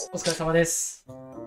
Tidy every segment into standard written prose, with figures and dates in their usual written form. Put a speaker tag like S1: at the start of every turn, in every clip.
S1: お疲れ様です。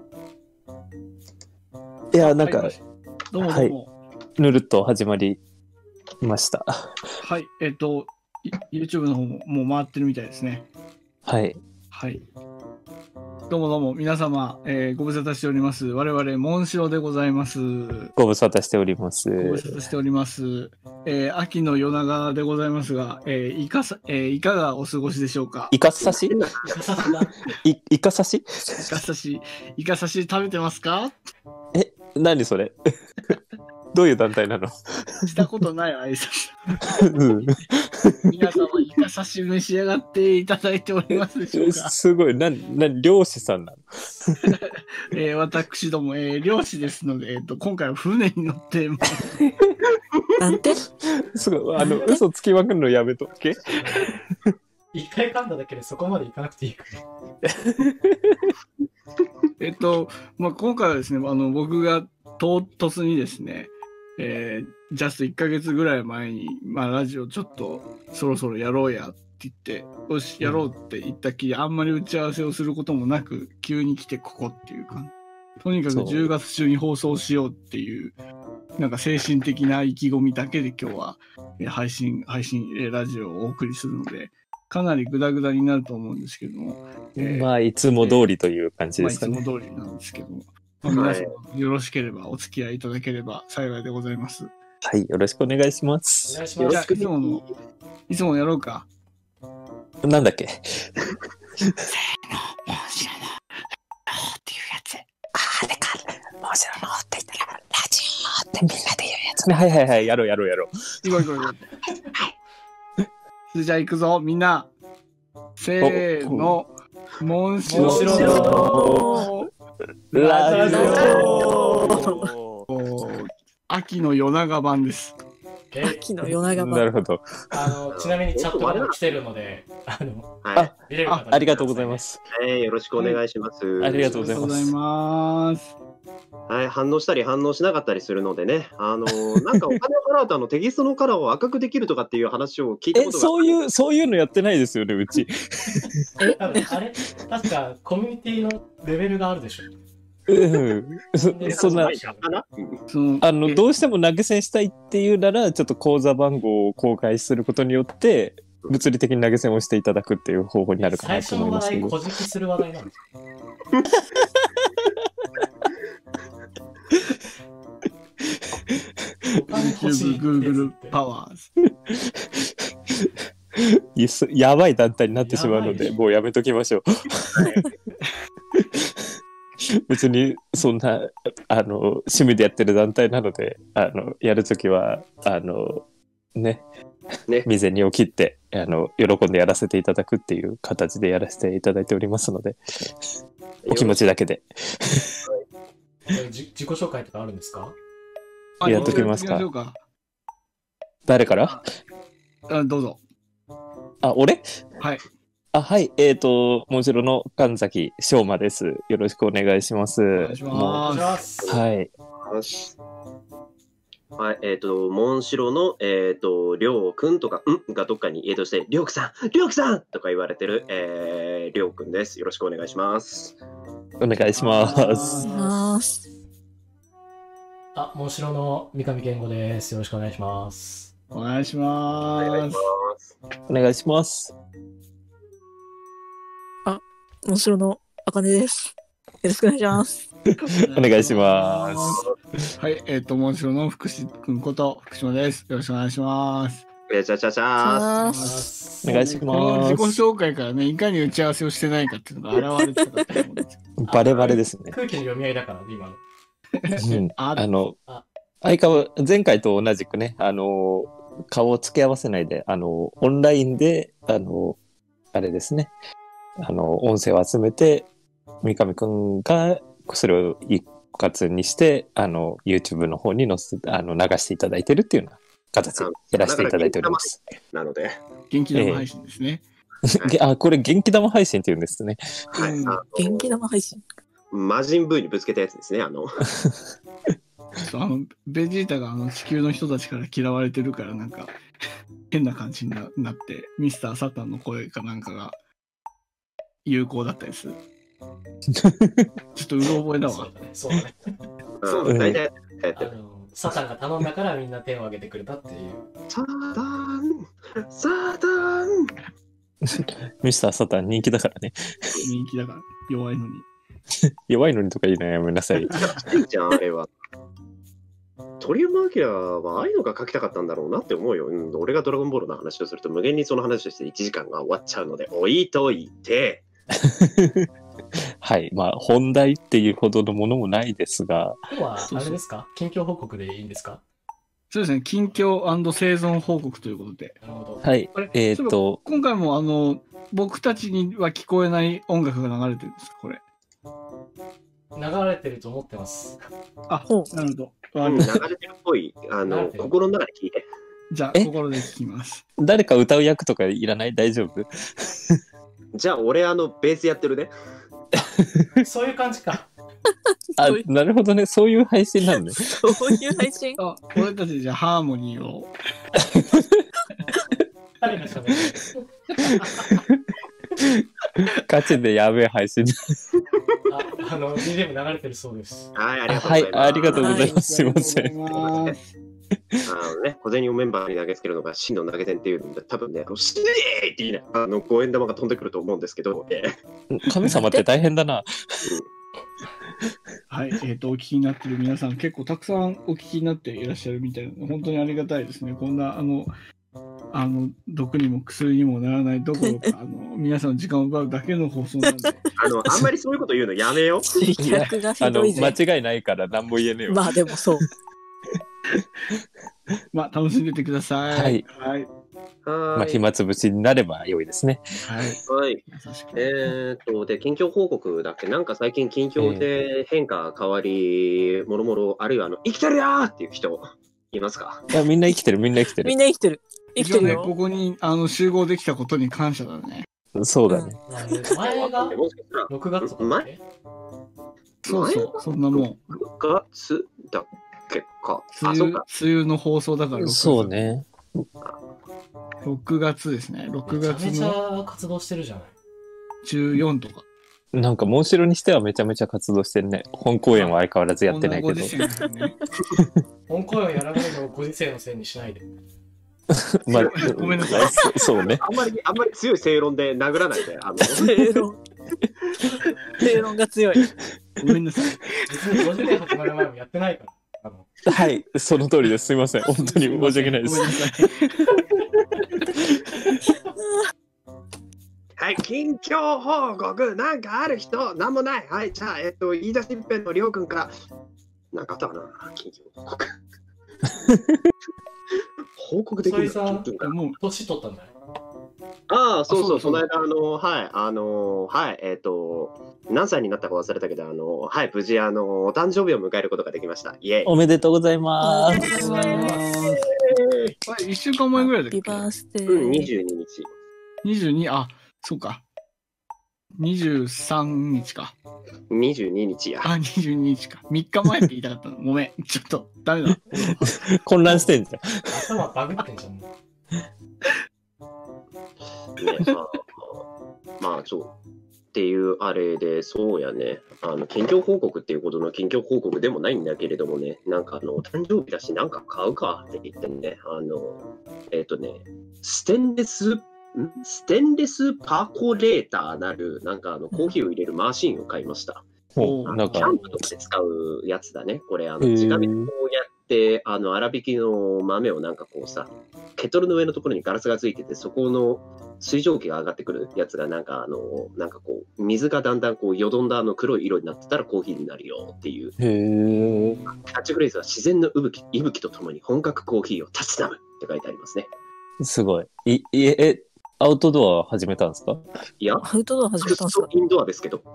S2: いや、なんか、
S3: どうもど
S2: はい、
S3: うも。
S2: ぬるっと始まりました。
S3: はい、YouTube の方も回ってるみたいですね。
S2: はい。
S3: はい。どうもどうも、皆様、ご無沙汰しております。我々、モンシロでございます。
S2: ご無沙汰しております。
S3: ご無沙汰しております。秋の夜長でございますが、いかがお過ごしでしょうか。
S2: イカ刺し
S1: イカサスだ。
S2: イカ刺し
S3: イカ刺し食べてますか。
S2: 何それどういう団体なの
S3: したことない挨拶。
S2: うん、
S3: 皆様、イカ刺し召し上がっていただいておりますでしょうか。
S2: すごい。漁師さんなの
S3: 私ども、漁師ですので、今回は船に乗ってま
S4: なんて
S2: すごい。嘘つきまくるのやめとけ。
S1: 一回噛んだだけでそこまでいかなくていいから。
S3: 今回はですね、僕が唐突にですね、ジャスト1ヶ月ぐらい前に、ラジオちょっとそろそろやろうやって言って、よし、やろうって言ったきり、あんまり打ち合わせをすることもなく、急に来てここっていうか、とにかく10月中に放送しようっていう、なんか精神的な意気込みだけで今日は配信、ラジオをお送りするので、かなりグダグダになると思うんですけども、
S2: まあ、いつも通りという感じですかね。
S3: いつも通りなんですけども、皆さんよろしければお付き合いいただければ幸いでございます。
S2: はい、よろしくお願いしま
S1: お
S2: す。
S1: 願いします。
S3: じゃあいつもやろうか。
S2: なんだっけ
S3: せーの、もう知らないっていうやつ。
S2: あれか。もう知らないって言ったら、ラジオってみんなで言うやつね。はいはいはい、やろう。
S3: 行こう。はい。それじゃあ行くぞ、みんな。せーの、モンシロの
S2: ラジ
S3: オ。秋の夜長版です。
S4: 秋の夜長版。
S2: なるほど。
S1: ちなみにチャットが来てるので、見れる方
S2: ありがとうございます。
S5: よろしくお願いします。
S2: ありがとうございます。
S5: はい、反応したり反応しなかったりするのでね、なんかお金を払うとテキストのカラーを赤くできるとかっていう話を聞いたことが
S2: そういうのやってないですよね、うち。
S1: あれ確かコミュニティのレベルがあるでしょ。
S2: そんな、どうしても投げ銭したいっていうなら、ちょっと口座番号を公開することによって、物理的に投げ銭をしていただくっていう方法になるかなと思いますけど。
S1: 最初の話題、こじきする話題なんです
S3: Google パワ
S2: ーズ。やばい団体になってしまうので、もうやめときましょう。別にそんな趣味でやってる団体なので、やるときは未然を切って喜んでやらせていただくっていう形でやらせていただいておりますので、お気持ちだけで
S1: 自己紹介とかあるんですか？
S2: やっときますか。誰から？
S3: どうぞ。
S2: 俺？
S3: はい。
S2: はい、もちろんの神崎翔馬です。よろしくお願いします。お願いし
S3: ます。
S2: はい。
S5: はい、モンシロの、りょうくんとか、がどっかに、してりょうくさんとか言われてる、りょうくんです。よろしくお願いします。
S2: お願いします。
S1: モンシロの三上健吾です。よろしくお願いします。
S3: お願いします。
S2: お願いします。
S4: モンシロのあかねです。よろしくお願いします。
S2: お願いします。
S3: はい、モンシロの福士くんこと福島です。よろしくお願いします。
S5: お願いしま
S2: す。お願いします。
S3: この自己紹介からね、いかに打ち合わせをしてないかっていうのが現れてたと思うんですけど。
S2: バレバレですね。
S1: 空気の読み合いだからね、今の。
S2: 前回と同じくね、顔を付け合わせないで、オンラインで、あれですね、音声を集めて、三上くんがそれを一括にして、YouTube の方に流していただいてるっていうような形でやらせていただいております。
S5: なので。
S3: 元気玉配信ですね。
S2: これ元気玉配信っていうんですね。
S5: はい。
S4: 元気玉配信。
S5: 魔人ブーにぶつけたやつですね、
S3: ベジータが地球の人たちから嫌われてるから、なんか変な感じになって、ミスターサタンの声かなんかが有効だったりする。 ちょっとうろ覚えだわ。
S1: そうだね。
S5: うん、大体やってる。
S1: サタンが頼んだからみんな手を挙げてくれたっていう。
S5: サタン、サタン。
S2: ミスターサタン人気だからね。
S3: 人気だから、弱いのに。
S2: 弱いのにとか言うのやめなさい。
S5: いいじゃん、あれは。鳥山明はああいうのが書きたかったんだろうなって思うよ。俺がドラゴンボールの話をすると無限にその話をして1時間が終わっちゃうので置いといて。
S2: はい。まあ、本題っていうほどのものもないですが。
S1: 今日はあれですか？近況報告でいいんですか？
S3: そうですね、近況生存報告ということで。
S1: なるほど。
S2: はい。
S3: 今回も僕たちには聞こえない音楽が流れてるんですか、これ。
S1: 流れてると思ってます。
S3: あ、なるほど。
S5: 流れてるっぽい、心の中で聞いて。
S3: じゃあ、心で聞きます。
S2: 誰か歌う役とかいらない？大丈夫？
S5: じゃあ、俺ベースやってるね。
S1: そういう感じか。
S2: あ、なるほどね。そういう配信なんで。
S4: そういう配信。
S3: あ、俺たちじゃあハーモニーを。
S1: 誰が喋る？
S2: ガチでやべえ配信。
S1: BGM 流れてるそうです。
S5: はい、ありがとうございます。
S2: はい、ありがとうございます。すいません。
S5: 小銭をメンバーに投げつけるのが真の投げ銭っていうので、多分ね、死ねーっていうね、5円玉が飛んでくると思うんですけど、
S2: 神様って大変だな。
S3: はい、お聞きになってる皆さん、結構たくさんお聞きになっていらっしゃるみたいなので、本当にありがたいですね。こんな、毒にも薬にもならないどころか、皆さんの時間を奪うだけの放送なんで。
S5: あんまりそういうこと言うのやめよ。
S4: 客がひどいぜ。
S2: 間違いないから何も言えねえわ。
S4: まあでもそう。
S3: まあ、楽しんでてください。はい。
S2: まあ、暇つぶしになれば良いですね。
S5: はい。で、近況報告だっけ？なんか最近近況で変化、変わり、もろもろ、あるいは生きてるよーっていう人、いますか？
S2: いや、みんな生きてる、みんな生きてる。
S4: みんな生きてる。生きてるよ。
S3: ここに集合できたことに感謝だね。
S2: そうだね。
S1: 前が6月とかだっけ？
S3: そうそう、そんなもん。
S5: 6月だっけか。
S3: 梅雨の放送だから6月。
S2: そうね。
S3: 6月ですね。6月の。
S1: めちゃめちゃ活動してるじゃない。
S3: 14とか。
S2: なんか、モンシロにしてはめちゃめちゃ活動してるね。本公演は相変わらずやってないけど。
S1: 本公演をやらないのをご時世のせいにしないで。
S2: まあ、
S3: ごめんなさい。
S2: そうね。
S5: あんまり強い正論で殴らないで。
S4: 正論が強い。
S3: ごめんなさい。
S1: 別にご時世始まる前もやってないから。
S2: はい、その通りです。すいません。本当に申し訳ないです。
S5: はい、近況報告、なんかある人、なんもない。はい、じゃあ、言い出しっぺんのりょうくんから、なんかあったかな、近況報告。報告できる
S1: のもう年取ったんだよ。
S5: ああ、そうそう、その間、はい、何歳になったか忘れたけど、はい、無事、お誕生日を迎えることができました。イエイ。
S2: おめでとうございます。
S3: 1週間前ぐらいだっけ？
S5: 22日。
S3: 22、あ、そうか。23日か。
S5: 22日や。
S3: あ、22日か。3日前って言いたかったの。ごめん。ちょっと、ダメだ。
S2: 混乱してんじゃん。
S1: 頭バグってんじゃん。
S5: まあ、そう。っていうあれで、そうやね。近況報告っていうことの近況報告でもないんだけれどもね、なんか誕生日だし、なんか買うかって言ってね、ステンレスパーコレーターなる、なんかコーヒーを入れるマシンを買いました。
S2: なんか
S5: キャンプとかで使うやつだね。これ、直火でこうやって、粗挽きの豆をなんかこうさ、ケトルの上のところにガラスがついてて、そこの水蒸気が上がってくるやつが、なんかなんかこう、水がだんだんこう、よどんだ黒い色になってたらコーヒーになるよっていう。
S2: へ
S5: キャッチフレーズは自然の息吹とともに本格コーヒーをたしなむって書いてありますね。
S2: すごい。アウトドア始めたんですか？
S5: いや、
S4: アウトドア始めたんですか？
S5: インドアですけど。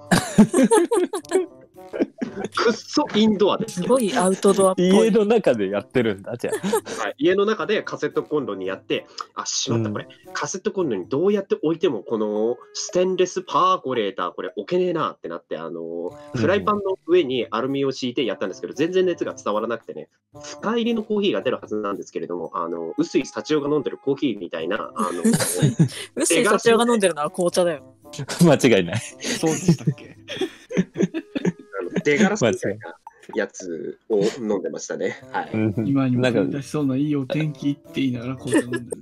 S5: くっそインドアですけど。
S4: すごいアウトドアっぽい。
S2: 家の中でやってるんだ、じゃ
S5: あ。はい、家の中でカセットコンロにやって、あ、しまった、これ、カセットコンロにどうやって置いても、このステンレスパーコレーター、これ置けねえなってなって、フライパンの上にアルミを敷いてやったんですけど、全然熱が伝わらなくてね、深入りのコーヒーが出るはずなんですけれども、臼井幸男が飲んでるコーヒーみたいな、
S4: 臼井幸男が飲んでるのは紅茶だよ。
S2: 間違いない。
S3: そうでしたっけ？
S5: 出ガラスみたいなやつを飲んでましたね。はい。
S3: 今にも
S2: なんか
S3: 降り出しそうないいお天気って言いながら紅茶飲んでる。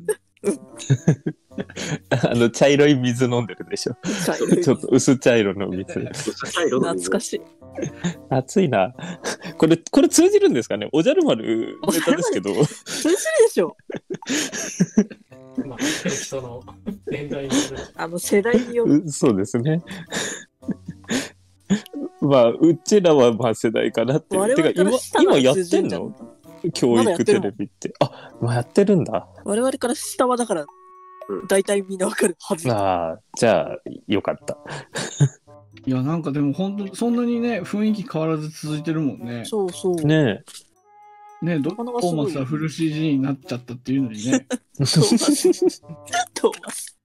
S2: 茶色い水飲んでるでしょ。ちょっと薄茶色の水。
S4: 懐かしい。
S2: 暑いな。これ通じるんですかね。おじゃる丸ネタですけど。
S4: 通じるでしょ。
S1: まあ、てる人の年代による。
S4: 世代による。
S2: そうですね。まあ、うちらはまあ世代かなっていう。
S4: 我々
S2: てか今やってんの？教育テレビって。あ、まあやってるんだ。
S4: 我々から下はだから、大体みんなわかるはず。
S2: ああ、じゃあ、よかった。
S3: いや、なんかでも本当そんなにね、雰囲気変わらず続いてるもんね。
S4: そうそう。
S2: ね
S3: ね、トーマスはフル CG になっちゃったっていうのにね。
S4: トーマス。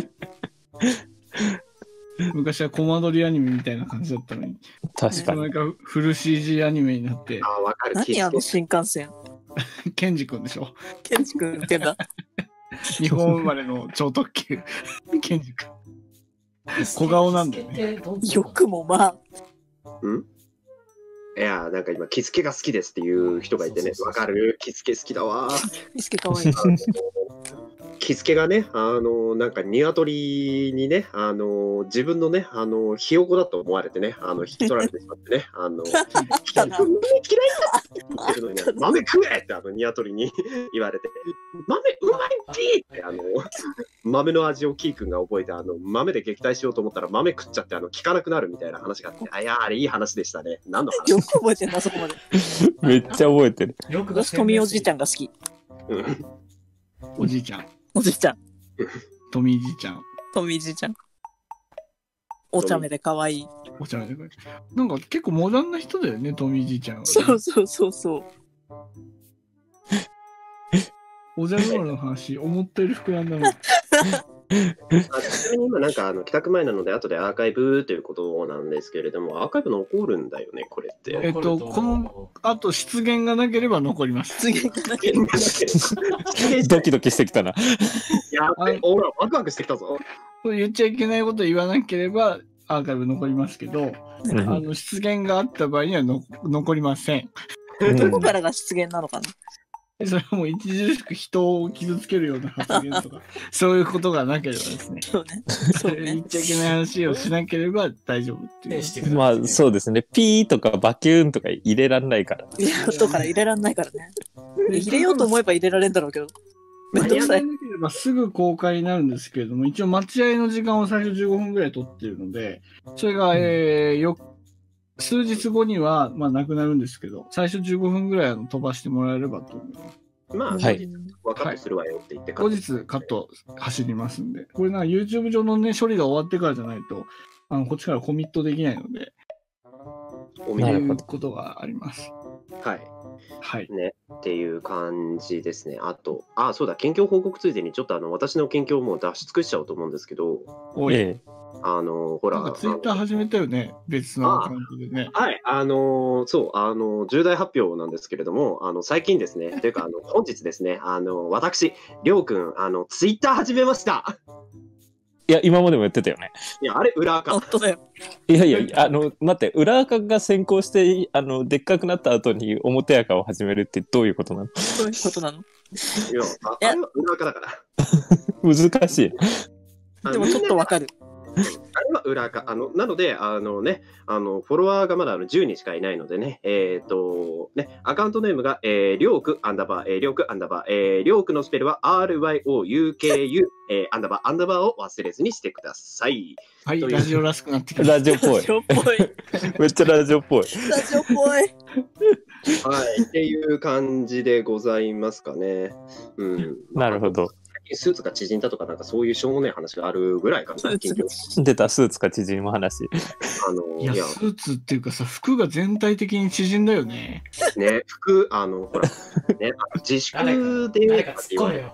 S3: 昔はコマ撮りアニメみたいな感じだったのに。
S2: 確かに。
S3: なんかフル CG アニメになって。
S5: あ、わかる。
S4: 何新幹線。
S3: ケンジ君でしょ。
S4: ケンジ君ってんだ。
S3: 日本生まれの超特急。ケンジ君。小顔なんだよね。
S4: よくもまあ。
S5: いや、なんか今、キスケが好きですっていう人がいてね、わかる？キスケ好きだわ。
S4: キスケかわいい。
S5: キスケがね、なんか鶏にね、自分のね、ひよこだと思われてね、引き取られてしまってね、豆嫌いだって言ってるのにね、豆食えって鶏に言われて、豆うまいっぴーって豆の味をキー君が覚えて、豆で撃退しようと思ったら豆食っちゃって、効かなくなるみたいな話があって、あれいい話でしたね。何の話？
S4: よく覚えてんな、そこまで。
S2: めっちゃ覚えてる。
S4: 私、富おじいちゃんが好き。
S3: おじいちゃん。
S4: おじいちゃん。
S3: 富井じいちゃん。
S4: 富井じいちゃん。お茶目で可愛い。
S3: お茶目で可愛い。なんか結構モダンな人だよね、富井じいちゃんは、ね。
S4: そうそうそうそう。
S3: おじゃる丸の話、思ったより膨らんだな。
S5: ちなみに今なんか帰宅前なので後でアーカイブということなんですけれども、アーカイブ残るんだよね、これって。
S3: この後出現がなければ残ります。
S4: 出現がなければ。
S2: ドキドキしてきたな。
S5: やばい、俺らワクワクしてきたぞ。
S3: 言っちゃいけないこと言わなければアーカイブ残りますけど、出現があった場合には残りません。
S4: どこからが出現なのかな。
S3: それはもう著しく人を傷つけるような発言とか、そういうことがなければですね。
S4: そうね。
S3: そうね。言っちゃいけない話をしなければ大丈夫っていう。
S2: まあそうですね。ピーとかバキューンとか入れらんないから。
S4: 後から入れらんないからね。入れようと思えば入れられるんだろうけど。
S3: めんどくさい。なければすぐ公開になるんですけれども、一応待合の時間を最初15分ぐらい取ってるので、それが、数日後には、まあ、なくなるんですけど、最初15分ぐらい飛ばしてもらえればと思います。
S5: まあ、後日カットするわよって言って、
S3: 後日カット走りますんで、これなんか YouTube 上のね、処理が終わってからじゃないと、こっちからコミットできないので、ということがあります。
S5: はい。
S3: はい。
S5: ね、っていう感じですね。あと、そうだ、近況報告ついでに、ちょっと私の近況をもう出し尽くしちゃおうと思うんですけど、ほら、
S3: なんかツイッター始めたよね、別のアカウントでね。
S5: はい、そう、重大発表なんですけれども、最近ですね、というか、本日ですね、私、りょうくん、ツイッター始めました。
S2: いや、今までもやってたよね。
S5: いや、あれ、裏垢。
S4: 本当だよ。
S2: いやいや、待って、裏垢が先行して、でっかくなった後に表垢を始めるってどういうことなの？
S4: どういうことなの？い
S5: や、あれは裏垢だから。
S2: 難しい。
S4: でもちょっとわかる。
S5: あれは裏垢。なので、フォロワーがまだ10人しかいないのでね、アカウントネームが、りょうくアンダーバー、りょうくアンダーバー、りょうくのスペルは RYOUKU、アンダーバー、アンダーバーを忘れずにしてください。
S3: はい、ラジオらしくなってきました。
S2: ラジオっぽい。
S4: ラジオっぽい。
S2: めっちゃラジオっぽい。
S4: ラジオっぽい。
S5: はい、っていう感じでございますかね。
S2: なるほど。
S5: スーツが縮んだとか、なんかそういうしょうもない話があるぐらいかな。
S2: 出たスーツが縮む話。
S3: いや、スーツっていうかさ、服が全体的に縮んだよね。
S5: ね、服、ほら、ね、自粛で。
S1: 誰か突っ込めよ。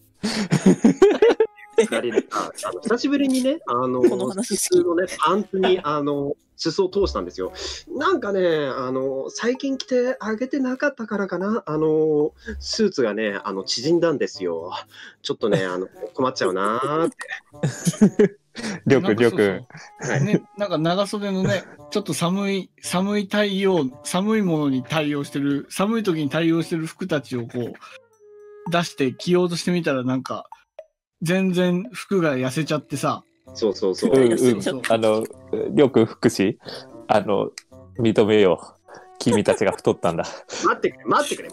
S5: 久しぶりにね、
S4: この話好き。
S5: 普通のね、パンツに、裾を通したんですよ。なんかね、最近着てあげてなかったからかな、スーツがね、縮んだんですよ。ちょっとね、困っちゃうなーって。
S2: りょうくん、りょうくん。
S3: ね、なんか長袖のね、ちょっと寒いものに対応してる、寒い時に対応してる服たちをこう、出して着ようとしてみたらなんか、全然服が痩せちゃってさ。
S5: そうそうそう。
S2: りょうくん、福祉認めよう。君たちが太ったんだ。
S5: 待ってくれ。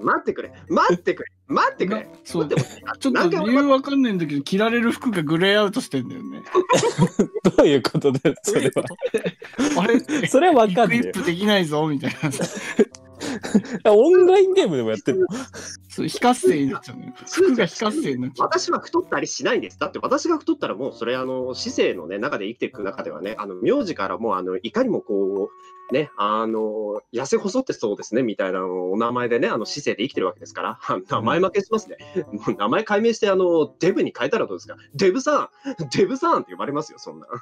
S3: そう。ちょっと理由わかんないんだけど、着られる服がグレーアウトしてんだよね。
S2: どういうことだよ、それは。
S3: あれ
S2: それはわかんない。
S3: クイップできないぞ、みたいな。
S2: オンラインゲームでもやってるの？
S3: そう、非活性になっちゃうのよ。服が非活性になっちゃう。
S5: 私は太ったりしないんです。だって私が太ったらもうそれ市政のね中で生きていく中ではね名字からもういかにもこうね痩せ細ってそうですねみたいなお名前でね市政で生きてるわけですから名前負けしますね。もう名前改名してデブに変えたらどうですか。デブさんって呼ばれますよそんな。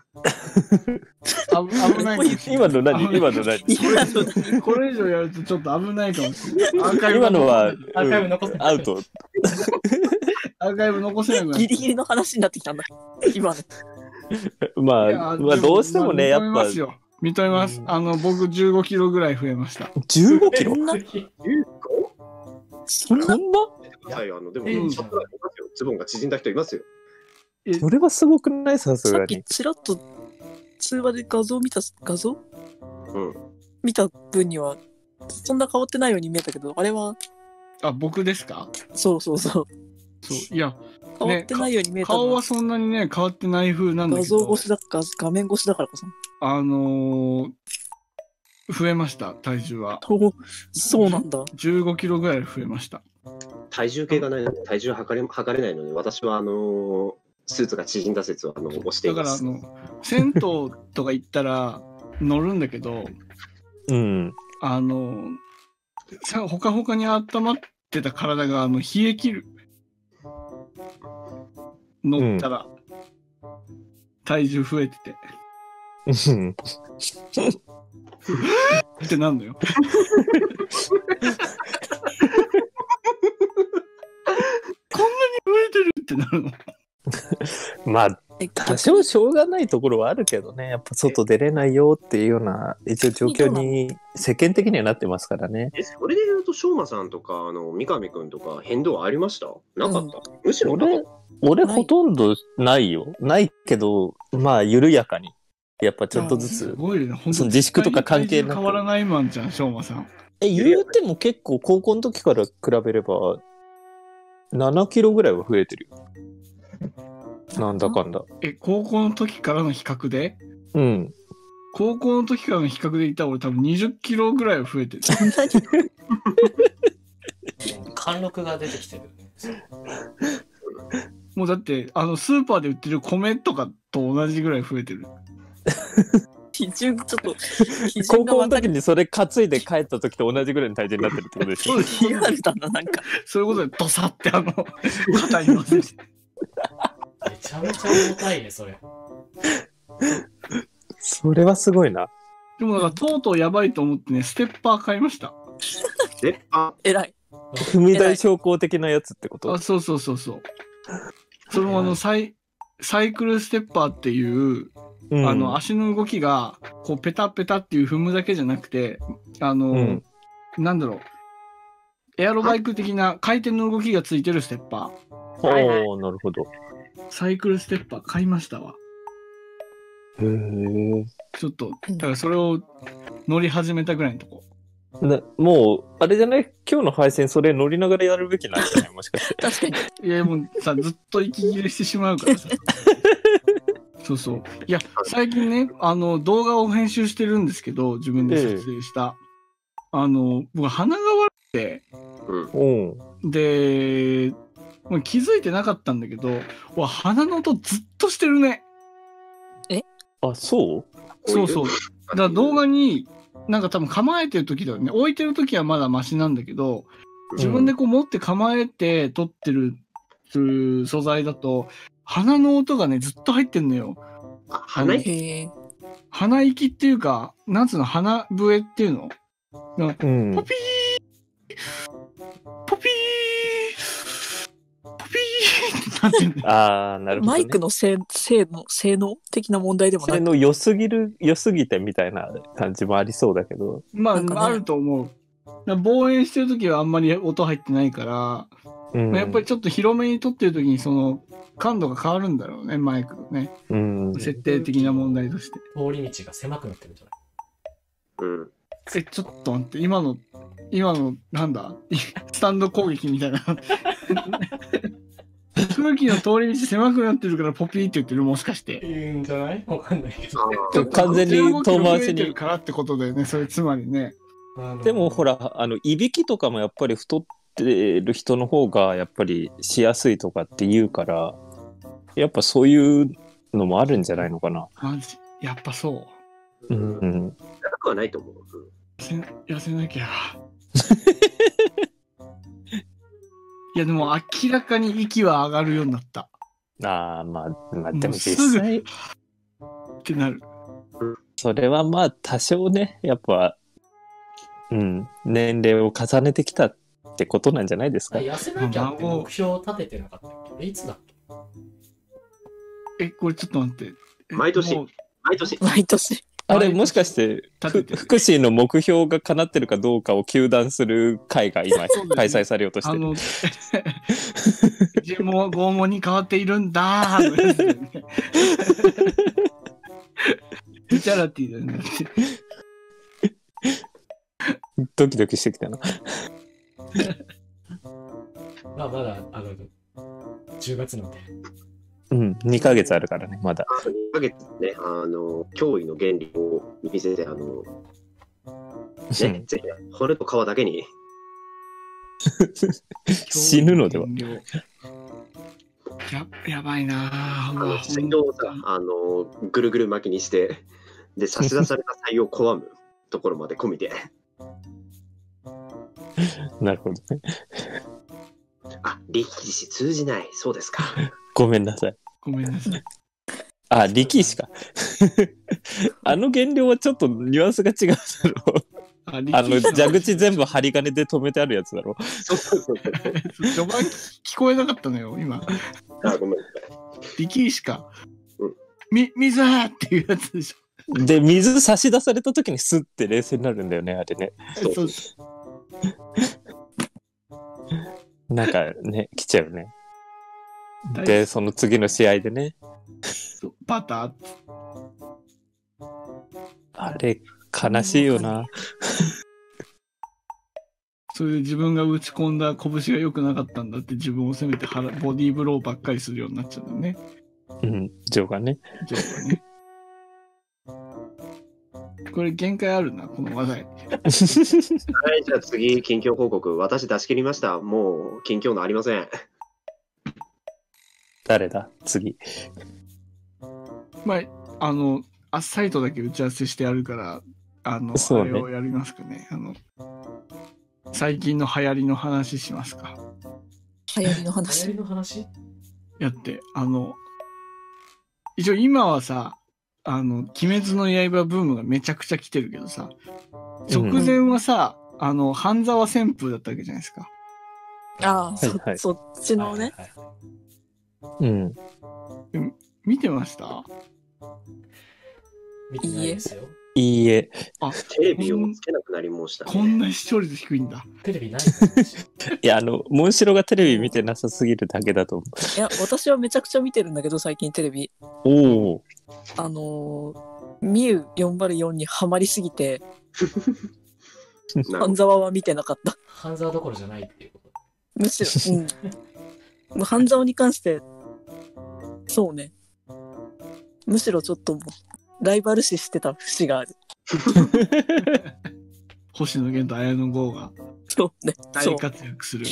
S3: 危ない。
S2: 今の何？
S3: これ以上やるとちょっと危ないかもしれない。
S2: 今のは
S1: アーカイブ残せ
S2: アウト。
S3: アーカイブ残せなくなる。
S4: ギリギリの話になってきたんだ。今の。
S2: まあどうしてもね、やっぱ。
S3: 認めます。僕15キロぐらい増えました。
S2: 15キロ？
S4: そんな？
S5: でも、ズボンが縮んだ人いますよ。
S2: それはすごくない？さす
S4: さっ
S2: がに。
S4: きちらっと通話で画像
S5: うん。
S4: 見た分にはそんな変わってないように見えたけど、あれは
S3: 僕ですか？
S4: そう。
S3: そういや
S4: 変わってないように見えたの
S3: 顔はそんなにね変わってない風なんだけど。
S4: 画像越しだか画面越しだからかさ。
S3: 増えました体重は。
S4: そうなんだ。
S3: 15キロぐらい増えました。
S5: 体重計がないので体重測れないので私はスーツが縮んだ説を押しています。
S3: だから銭湯とか行ったら乗るんだけど、
S2: うん。
S3: ほかほかに温まってた体が冷え切る。乗ったら、体重増えてて。ってなんのよ。こんなに増えてるってなるの。
S2: まあ多少しょうがないところはあるけどね、やっぱ外出れないよっていうような一応状況に世間的にはなってますからね。
S5: それで言うとしょうまさんとか三上くんとか変動ありました？なかった？むしろなかった。
S2: 俺ほとんどないよ。ないけどまあ緩やかにやっぱちょっとずつ。
S3: すごいね。本当
S2: その自粛とか関係なく。
S3: 変わらないマンじゃん、しょうまさん。
S2: 言うても結構高校の時から比べれば7キロぐらいは増えてるよ。なんだかんだ。
S3: 高校の時からの比較で？
S2: うん。
S3: 高校の時からの比較で言ったら俺多分20キロぐらいは増えてる。
S1: 貫禄が出てきてる。
S3: もうだってスーパーで売ってる米とかと同じぐらい増えてる。
S4: 基準ちょっと
S2: 高校の時にそれ担いで帰った時と同じぐらいの体重になってるってことでしょ。
S4: リアルだな、なんか
S3: そういうことでドサって肩に乗せて。
S1: めちゃめちゃ重たいねそれ。
S2: それはすごいな。
S3: でもなんかとうとうやばいと思ってね、ステッパー買いました。
S4: 偉い。
S2: 踏み台昇降的なやつってこと？
S3: そう。そのサイクルステッパーっていう、足の動きがこうペタペタっていう踏むだけじゃなくてなんだろう、エアロバイク的な回転の動きがついてるステッパ
S2: ー。おー、なるほど。
S3: サイクルステッパー買いましたわ。
S2: へー。
S3: ちょっとだからそれを乗り始めたぐらいのとこ。
S2: もうあれじゃない？今日の配信それ乗りながらやるべきなんじゃない？もしかして。
S4: 確かに。
S3: いやもうさずっと息切れしてしまうからさ。そう。いや最近ね動画を編集してるんですけど、自分で撮影した、僕鼻が悪くて、でもう気づいてなかったんだけど、鼻の音ずっとしてるね。
S2: あ、そう？
S3: そう。だから動画になんか多分構えてる時だよね。置いてる時はまだマシなんだけど、自分でこう持って構えて撮ってる素材だと鼻の音がねずっと入ってんのよ。
S5: 鼻息
S3: っていうか、なんつうの、鼻笛っていうの、ポピーポピーポピってなってんだよ。
S2: ああ、なるほど、ね。
S4: マイクの性能的な問題でもなく、
S2: それの良すぎてみたいな感じもありそうだけど。
S3: まあ、
S4: なんかね
S3: あると思う。だから望遠してるときはあんまり音入ってないから、
S2: うん。
S3: まあやっぱりちょっと広めに撮ってるときにその感度が変わるんだろうね、マイクのね。
S2: うん。
S3: 設定的な問題として。
S1: 通り道が狭くなってるんじゃない？
S5: うん。
S3: ちょっと待って、今の、なんだスタンド攻撃みたいな。空気の通り道狭くなってるからポピーって言ってる、もしかして。
S1: いいんじゃない？わかんないけど。
S5: あ
S2: 完全に遠回しに
S3: 増えてるからってことだよね、それつまりね。
S2: でもほら、いびきとかもやっぱり太ってる人の方がやっぱりしやすいとかって言うから、やっぱそういうのもあるんじゃないのかな。
S3: マジ、やっぱそう。
S2: うん。
S5: 高くはないと思う。
S3: 痩せなきゃ。いやでも明らかに息は上がるようになった
S2: ああ、まあでも
S3: もうすぐ
S2: 実際、
S3: ってなる。
S2: それはまあ多少ね、やっぱ、年齢を重ねてきたってことなんじゃないですか。
S1: 痩せなきゃって目標を立ててなかったっけ？いつだっけ？
S3: これちょっと待って。
S5: 毎年
S3: もう
S5: 毎年。
S4: 毎年。
S2: あれもしかして
S3: 立ててる
S2: 福祉の目標が叶ってるかどうかを糾弾する会が今
S3: そうですね
S2: 開催されようとしてる。
S3: 自分も拷問に変わっているんだーのやつだよね。ビチャラティだよね。
S2: ドキドキしてきたな。
S1: まだ10月なんで。
S2: 2ヶ月あるからね、まだ。
S5: 2ヶ月ね、驚異の原理を見せて、ね、ぜひ、骨と皮だけに。
S2: 死ぬのでは。
S3: やばいなぁ。
S5: 水道をさ、ぐるぐる巻きにして、で、差し出された採用を拒むところまで込みで。
S2: なるほどね。
S5: あ、力士通じない。そうですか。
S2: ごめんなさい。
S3: ごめんなさい。
S2: あ、力士か。あの減量はちょっとニュアンスが違うだろ。蛇口全部針金で止めてあるやつだろ。
S5: そう。
S3: 序盤聞こえなかったのよ、今。
S5: あ、ごめん。
S3: 力士か。
S5: うん。
S3: 水っていうやつでしょ。
S2: で、水差し出された時にスッて冷静になるんだよね、あれね。
S3: そう。
S2: なんかね、来ちゃうね。で、その次の試合でね。
S3: パター
S2: あれ、悲しいよな。
S3: そういう自分が打ち込んだ拳が良くなかったんだって自分を責めてボディーブローばっかりするようになっちゃうんだよね。
S2: ジョーがね。
S3: ジョーがね。これ限界あるな、この話題。
S5: はい、じゃあ次、近況報告。私出し切りました。もう、近況のありません。
S2: 誰だ次。
S3: まあ、アッサイトだけ打ち合わせしてあるから、
S2: そうね
S3: あれをやりますかね。最近の流行りの話しますか。
S4: 流行りの
S1: 流行
S4: 話。
S1: りの話？
S3: やって、一応今はさ、鬼滅の刃ブームがめちゃくちゃ来てるけどさ、直前はさ、半沢旋風だったわけじゃないですか。
S4: ああ、
S2: はいはい
S4: そっちのね。
S1: はいはいはい
S3: 見てました？
S1: 見てないですよ。
S2: いいえ。
S3: あ、
S5: テレビをつけなくなりました、ね。
S3: こんな視聴率低いんだ。
S1: テレビないんですよ。
S2: いや、モンシロがテレビ見てなさすぎるだけだと思
S4: いや、私はめちゃくちゃ見てるんだけど、最近テレビ。
S2: う。おお。
S4: ミュー404にハマりすぎて、
S5: なるほど
S4: 半沢は見てなかった。
S1: 半沢どころじゃないっていうこと。
S4: むしろ、もう半沢に関して、そうね。むしろちょっともう、ライバル視してた節がある。
S3: 星野源と綾野剛が
S4: そうね。そう。
S3: 大活躍する。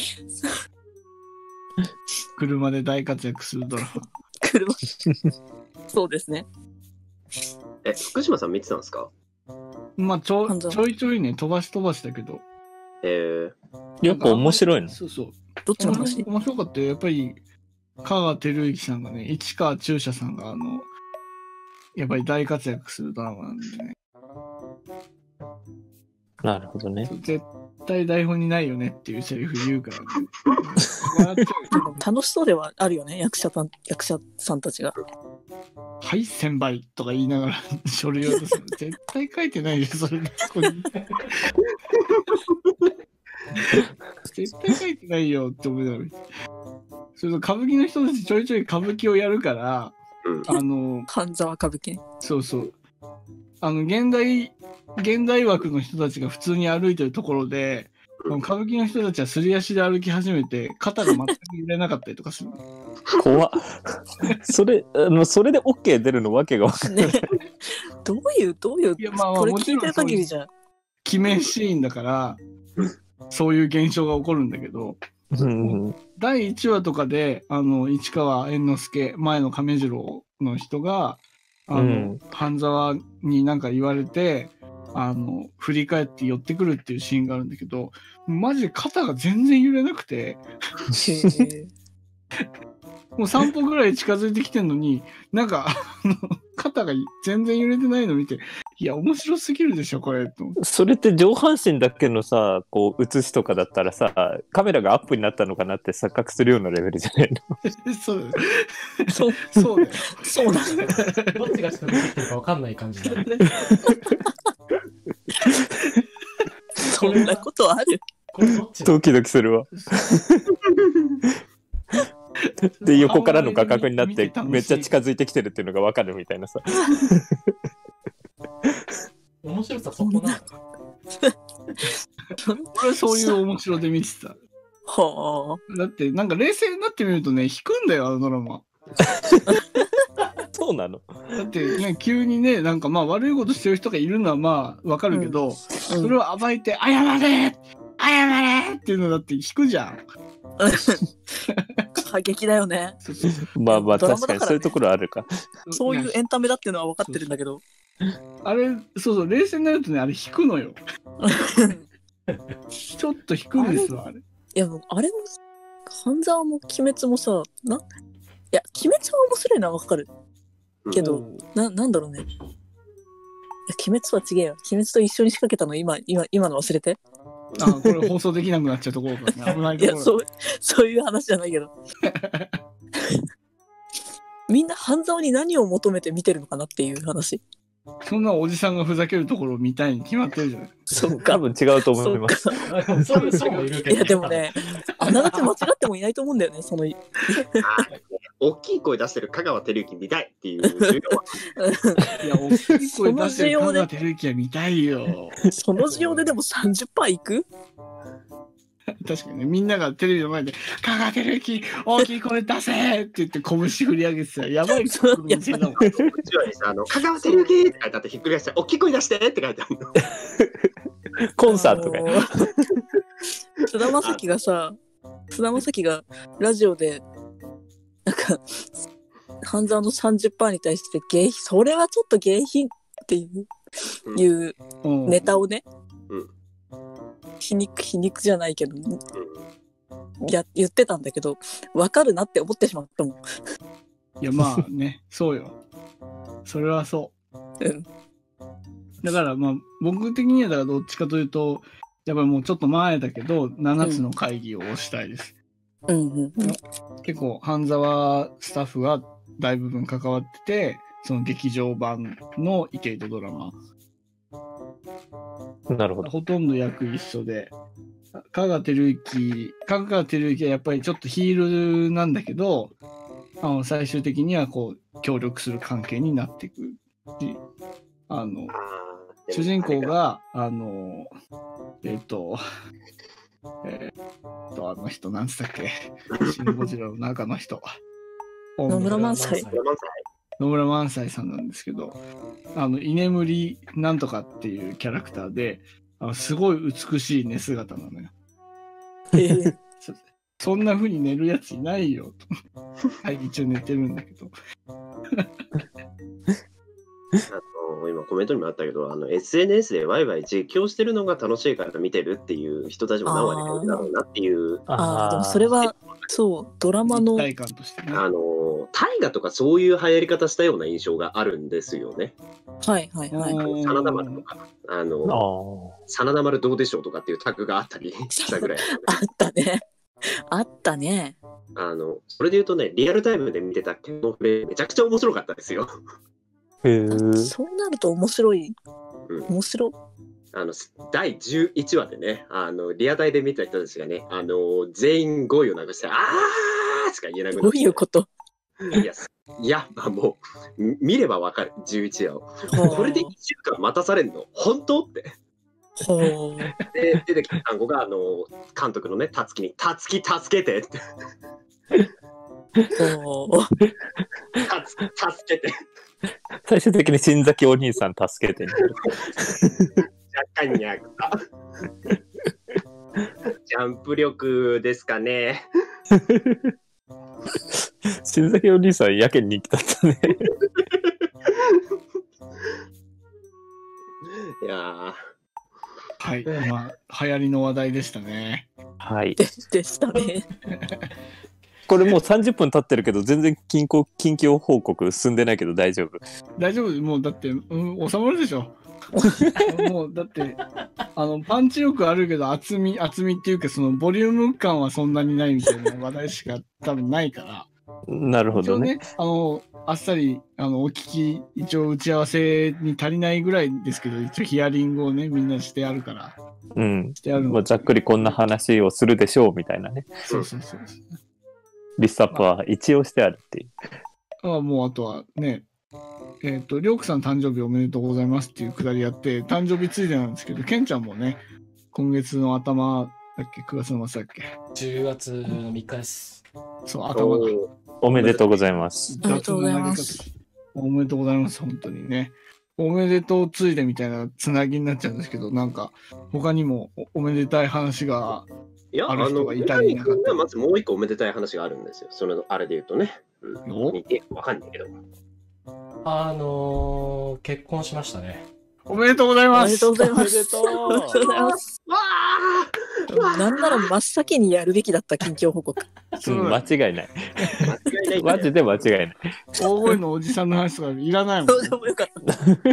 S3: 車で大活躍するドラマ。
S4: 車。そうですね。
S5: 福島さん見てたんですか？
S3: まあちょ
S4: 半沢
S3: いちょいね、飛ばしだけど。
S2: やっぱ面白いの？
S3: そうそう。
S4: どっちの話？
S3: 面白かったよ。やっぱり、香川照之さんがね、市川中車さんが、やっぱり大活躍するドラマなんでね。
S2: なるほどね。
S3: 絶対台本にないよねっていうセリフ言うからね。笑っちゃうよ。
S4: 楽しそうではあるよね、役者さんたちが。
S3: はい1000倍とか言いながら書類を出すの絶対書いてないよそれでここに絶対書いてないよって思いながら。それと歌舞伎の人たちちょいちょい歌舞伎をやるから
S4: 半沢歌舞伎ね。
S3: そうそう現代枠の人たちが普通に歩いてるところで歌舞伎の人たちはすり足で歩き始めて肩が全く揺れなかったりとかする。
S2: 怖っ。それで OK 出るのわけがわかんない。
S4: ね、どういう
S3: いやまあ
S4: これ
S3: もちろん
S4: 聞いてる限りじゃ
S3: 記念シーンだからそういう現象が起こるんだけど、
S2: うん
S3: 第1話とかで市川猿之助前の亀次郎の人が半沢になんか言われて振り返って寄ってくるっていうシーンがあるんだけど、マジで肩が全然揺れなくてもう3歩ぐらい近づいてきてんのになんか肩が全然揺れてないの見て、いや面白すぎるでしょこれと。
S2: それって上半身だけのさこう写しとかだったらさカメラがアップになったのかなって錯覚するようなレベルじゃないの？
S3: そう
S4: そう
S3: だよ。
S4: そうなんだ。
S1: どっちが下に出てるか分かんない感じだね。
S4: そんなことある？
S1: これどっちだ
S2: ドキドキするわ。で横からの画角になってめっちゃ近づいてきてるっていうのが分かるみたいなさ。
S1: 面白さそこなのか。
S3: 俺はそういう面白で見てた。
S4: は
S3: だってなんか冷静になってみるとね引くんだよドラマ。
S2: そうなの？
S3: だってね急にねなんかまあ悪いことしてる人がいるのはまあわかるけど、それを暴いて謝れっていうのだって引くじゃん。
S4: 過激だよね。
S2: まあまあ
S4: ドラマだからね
S2: 確かにそういうところあるか。
S4: そういうエンタメだっていうのは分かってるんだけど。
S3: あれそう冷静になるとねあれ引くのよ。ちょっと引くんですわあれ。
S4: いやもうあれも半沢も鬼滅もさいや鬼滅は面白いのは分かるけど、なんだろうね。いや鬼滅は違えよ。鬼滅と一緒に仕掛けたの今の忘れて。
S3: これ放送できなくなっちゃうところからね危ない
S4: いや
S3: ところ。
S4: そういう話じゃないけど。みんな半沢に何を求めて見てるのかなっていう話。
S3: そんなおじさんがふざけるところを見たいに決まってるじゃない。
S4: そうか。
S2: 多分違うと思います。
S1: そういう人もいるけど。
S4: いやでもね、あながち間違ってもいないと思うんだよね。その
S5: 大きい声出してる香川照之見たいっていう需要は。
S3: いや大きい声出してる香川照之は見たいよ。
S4: その需要ででも 30% いく？
S3: 確かにね、みんながテレビの前で「香川照之大きい声出せ!」って言って拳振り上げてたらやばい人の店だもん。
S5: こっちはです香川照之って書いてあってひっくり返して「大きい声出して!」って書いてあるの。
S2: コンサートが。
S4: 菅田将暉がラジオでなんか半沢の 30% に対して下品、それはちょっと下品っていうネタをね、皮肉じゃないけど、言ってたんだけど分かるなって思ってしまったもん。
S3: いやまあねそうよ、それはそう、だからまあ僕的にはだからどっちかというとやっぱりもうちょっと前だけど7つの会議を推したいです。結構半沢スタッフが大部分関わってて、その劇場版の池井戸ドラマ
S2: なるほど。
S3: ほとんど役一緒で、香川照之はやっぱりちょっとヒールなんだけど、最終的にはこう協力する関係になっていくし、主人公があの人なんつったっけ、シン・ゴジラの中の人、
S4: 野村萬斎
S3: さんなんですけど、居眠りなんとかっていうキャラクターで、すごい美しい寝姿なのよ。そんな風に寝るやついないよと。はい、一応寝てるんだけど。
S5: 今コメントにもあったけど、SNS でワイワイ実況してるのが楽しいから見てるっていう人たちも何割かいるだろうなっていう。
S4: でもそれはそうドラマの
S3: 体感としてね。
S5: 大河とかそういう流行り方したような印象があるんですよね。
S4: はいはいはい。
S5: 真田丸とか、真田丸どうでしょうとかっていうタグがあったりしたぐらい。
S4: あったね。あったね。
S5: それで言うとね、リアルタイムで見てたケノフレめちゃくちゃ面白かったですよ。
S2: へー。
S4: そうなると面白い。面白。
S5: 第11話でね、リアタイで見た人たちがね、全員語彙をなくして、あーしか言えなくなって。
S4: どういうこと？
S5: いや、まあもう、見ればわかる、11話を。これで1週間待たされんの本当って。で、出てきた単語が、監督のね、たつきに、たつき助けてって。助けて。
S2: 最終的に新崎お兄さん助けてね。
S5: 若干にゃくた。ジャンプ力ですかね。
S2: 新崎お兄さんやけに人気だったね。
S5: いや
S3: はい、まあ流行りの話題でしたね。
S2: はい。
S4: でしたね。
S2: これもう30分経ってるけど全然近況報告進んでないけど大丈夫？
S3: 大丈夫、もうだって、収まるでしょ。もうだってパンチ力あるけど厚みっていうかそのボリューム感はそんなにないみたいな話題しか多分ないから。
S2: なるほどね。
S3: あっさりお聞き一応打ち合わせに足りないぐらいですけど一応ヒアリングをねみんなしてあるから。
S2: うん。
S3: してある
S2: もうざっくりこんな話をするでしょうみたいなね。
S3: そう。
S2: リストアップは一応してあるっていう。
S3: もうあとはね。りょうくさん誕生日おめでとうございますっていうくだりやって、誕生日ついでなんですけど、ケンちゃんもね、今月の頭だっけ、9月の末だっけ。
S1: 10月の3日です。
S3: そう、頭が。
S2: おめでとうございます。
S4: おめでとうございます。
S3: おめでとうございます、本当にね。おめでとうついでみたいなつなぎになっちゃうんですけど、なんか、他にもおめでたい話がある人がいたりいなかったり。
S5: まずもう一個おめでたい話があるんですよ。そのあれで言うとね。わかんないけど。
S1: 結婚しましたね。
S3: おめでとうございます。
S4: おめでとうございます。おめでとうございます。なんなら真っ先にやるべきだった近況報告。
S2: 間違いない。マジで間違いない。
S3: 大声のおじさんの話とかいらないもん。
S4: どうでもよかった。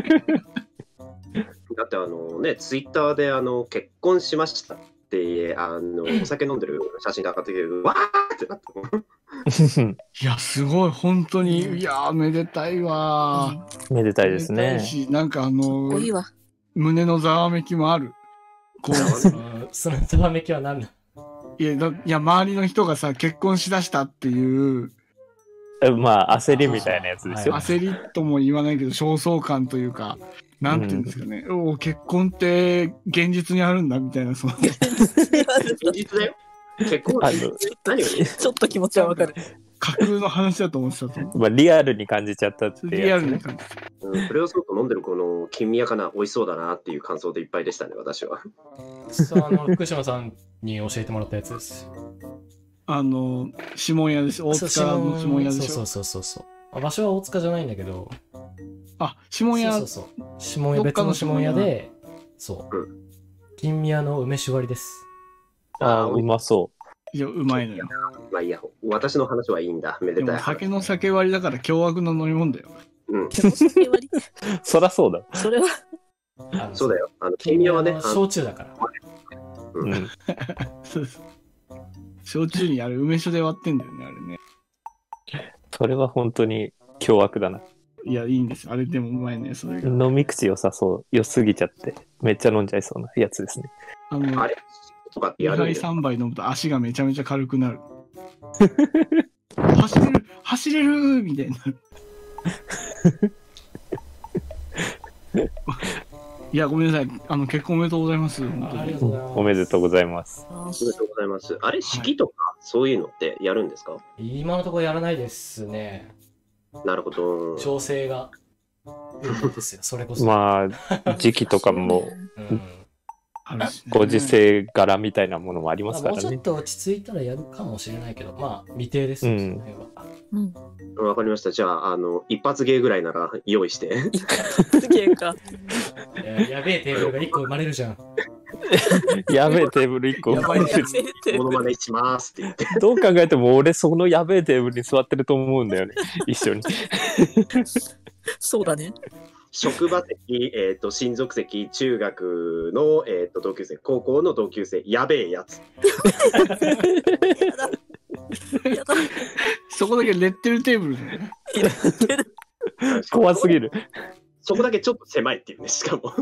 S5: だってツイッターで結婚しましたってお酒飲んでる写真で上がってきてわーってなったもん。
S3: いやすごい本当にいやめでたいわ。
S2: めでたいですね。
S3: なんか
S4: いいわ
S3: 胸のざわめきもある。
S1: こうそのざわめきは何だ。
S3: いや周りの人がさ結婚しだしたっていう
S2: まあ焦りみたいなやつですよ。
S3: 焦りとも言わないけど焦燥感というかなんていうんですかね、結婚って現実にあるんだみたいなその現
S5: 実だよ。結婚
S4: 何よりちょっと気持ちはわかる。
S3: 架空の話だと思ってたと。
S2: まあリアルに感じちゃったっていう、
S3: リアルに感じた。
S5: それをすごく飲んでるこの金宮かな美味しそうだなっていう感想でいっぱいでしたね私は。
S1: 福島さんに教えてもらったやつです。
S3: 指紋屋です。大塚の指紋屋でしょ。
S1: そう。場所は大塚じゃないんだけど。
S3: 指紋屋。
S1: そう。指紋屋、別の指紋屋で、そう。金宮の梅酒割りです。
S2: うまそう。
S3: いや、うまいのよ。
S5: まあいいや、私の話はいいんだ。めでたい。
S3: 酒の酒割りだから凶悪な飲み物だよ。
S4: 酒割り
S2: そらそうだ。
S4: それは。
S5: そうだよ。金宮はね、
S1: 焼酎だから。
S3: そうです。焼酎に梅酒で割ってんだよね、あれね。
S2: それは本当に凶悪だな。
S3: いや、いいんです。あれでもうまいね、それが。
S2: 飲み口良さそう。良すぎちゃって、めっちゃ飲んじゃいそうなやつですね。
S5: あれとかってやるん
S3: 2杯3杯飲むと足がめちゃめちゃ軽くなる。走れるみたいになる。いや、ごめんなさい。結婚おめでとうございます。本当に。
S2: おめでとうございます。
S5: おめでとうございます。あれ、式とか、そういうのってやるんですか？
S1: 今のところやらないですね。
S5: なるほど。
S1: 調整が。ですよ、それこそ。
S2: まあ、時期とかも、ご時世柄みたいなものもありますからね。
S1: もうちょっと落ち着いたらやるかもしれないけど、まあ、未定ですよ、その辺は。
S5: わかりました。じゃあ、一発芸ぐらいなら用意して。
S4: 一発芸か。
S1: やべえテーブルが1個生まれるじゃん。
S2: やべえテーブル1個。
S3: やばいやつ
S5: モノマネしますって言って。
S2: どう考えても俺そのやべえテーブルに座ってると思うんだよね。一緒に。
S4: そうだね。
S5: 職場席、親族席、中学の、同級生、高校の同級生、やべえやつ。
S4: やだ。
S3: そこだけレッテルテーブルだね。
S2: 怖すぎる。
S5: そこだけちょっと狭いっていうね、しかも。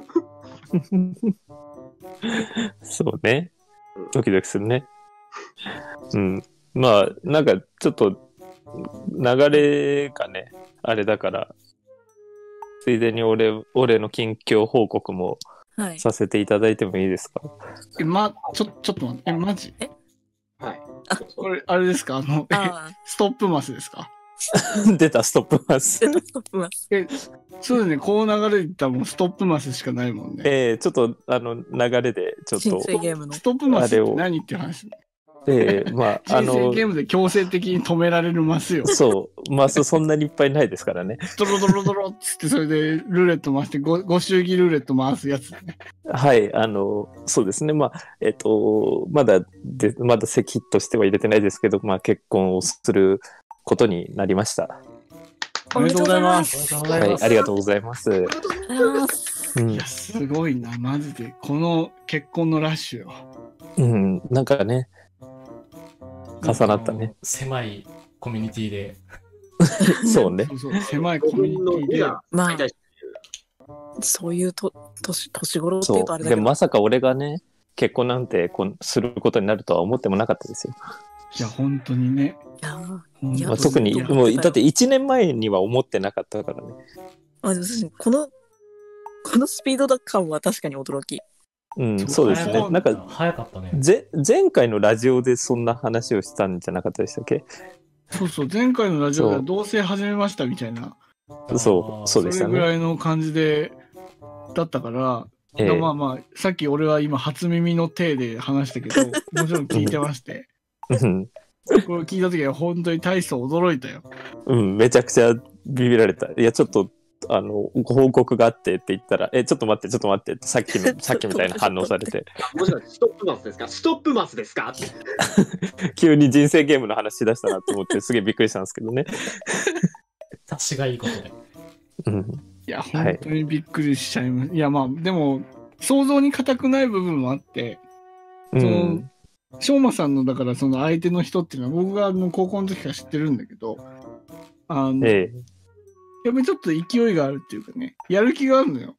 S2: そうね。ドキドキするね。うん。まあ、なんかちょっと流れがね、あれだから、ついでに俺の近況報告も
S4: はい。
S2: させていただいてもいいですか？
S3: ちょっと待って、マジ
S5: はい。
S3: これ、あれですか
S4: あ
S3: ストップマスですか？
S2: 出た、ストップマス。
S4: あ、ストップマス。
S3: そうだね、こう流れでいったらもうストップマスしかないもんね。
S2: ちょっと、流れで、ちょっ
S4: 新
S2: と、
S4: 生ゲームの
S3: ス。トップマスって何っていう話。
S2: まあ、
S3: 人生ゲームで強制的に止められるマスよ。
S2: そう、マスそんなにいっぱいないですからね。
S3: ドロドロドロっつって、それでルーレット回して、ご祝儀ルーレット回すやつだね。
S2: はい、そうですね。まあ、まだ席としては入れてないですけど、まあ、結婚をすることになりました。
S3: おめでとうございます。
S2: はい、ありがとうございます。
S4: ありがとうございます。
S2: うん
S3: いや、すごいな、マジで。この結婚のラッシュよ。
S2: うん、なんかね、重なったね。
S1: 狭いコミュニティで。
S2: そうね。
S3: そうそう、狭いコミュニティで。
S4: まあ
S5: 最大、
S4: そういう年頃っていう
S2: そう。で、
S4: とあれだけど。
S2: まさか俺がね、結婚なんてすることになるとは思ってもなかったですよ。
S3: いや、本当にね。
S4: いやー
S3: 本当
S4: いや
S2: まあ、特に、
S3: いや
S2: もう、だって1年前には思ってなかったからね。
S4: まあ、でも確かにこのスピード感は確かに驚き。
S2: うん、そうですね。なんか、
S1: 早かったね。
S2: 前回のラジオでそんな話をしたんじゃなかったでしたっけ？
S3: そうそう、前回のラジオでは
S2: そう
S3: 同棲始めましたみたいな、
S2: そうでした
S3: それぐら
S2: ね。
S3: いの感じで、だったから、
S2: ええ
S3: まあまあ、さっき俺は今初耳の体で話したけど、もちろん聞いてまして、
S2: うん
S3: これ聞いた時は本当に大層驚いたよ。
S2: うん、めちゃくちゃビビられた。いや、ちょっと、ご報告があってって言ったら、ちょっと待ってって、さっきみたいな反応されて、
S5: もしかしてストップマスですか？ストップマスですか？って
S2: 急に人生ゲームの話し出したなと思って、すげえびっくりしたんですけどね。
S1: 察しがいいことで。
S2: うん。
S3: いや、本当にびっくりしちゃいます。いや、まあ、でも、想像に難くない部分もあって、
S2: うん。
S3: 翔馬さんの、だからその相手の人っていうのは僕が高校の時から知ってるんだけど、
S2: ええ。
S3: やっぱりちょっと勢いがあるっていうかね、やる気があるのよ。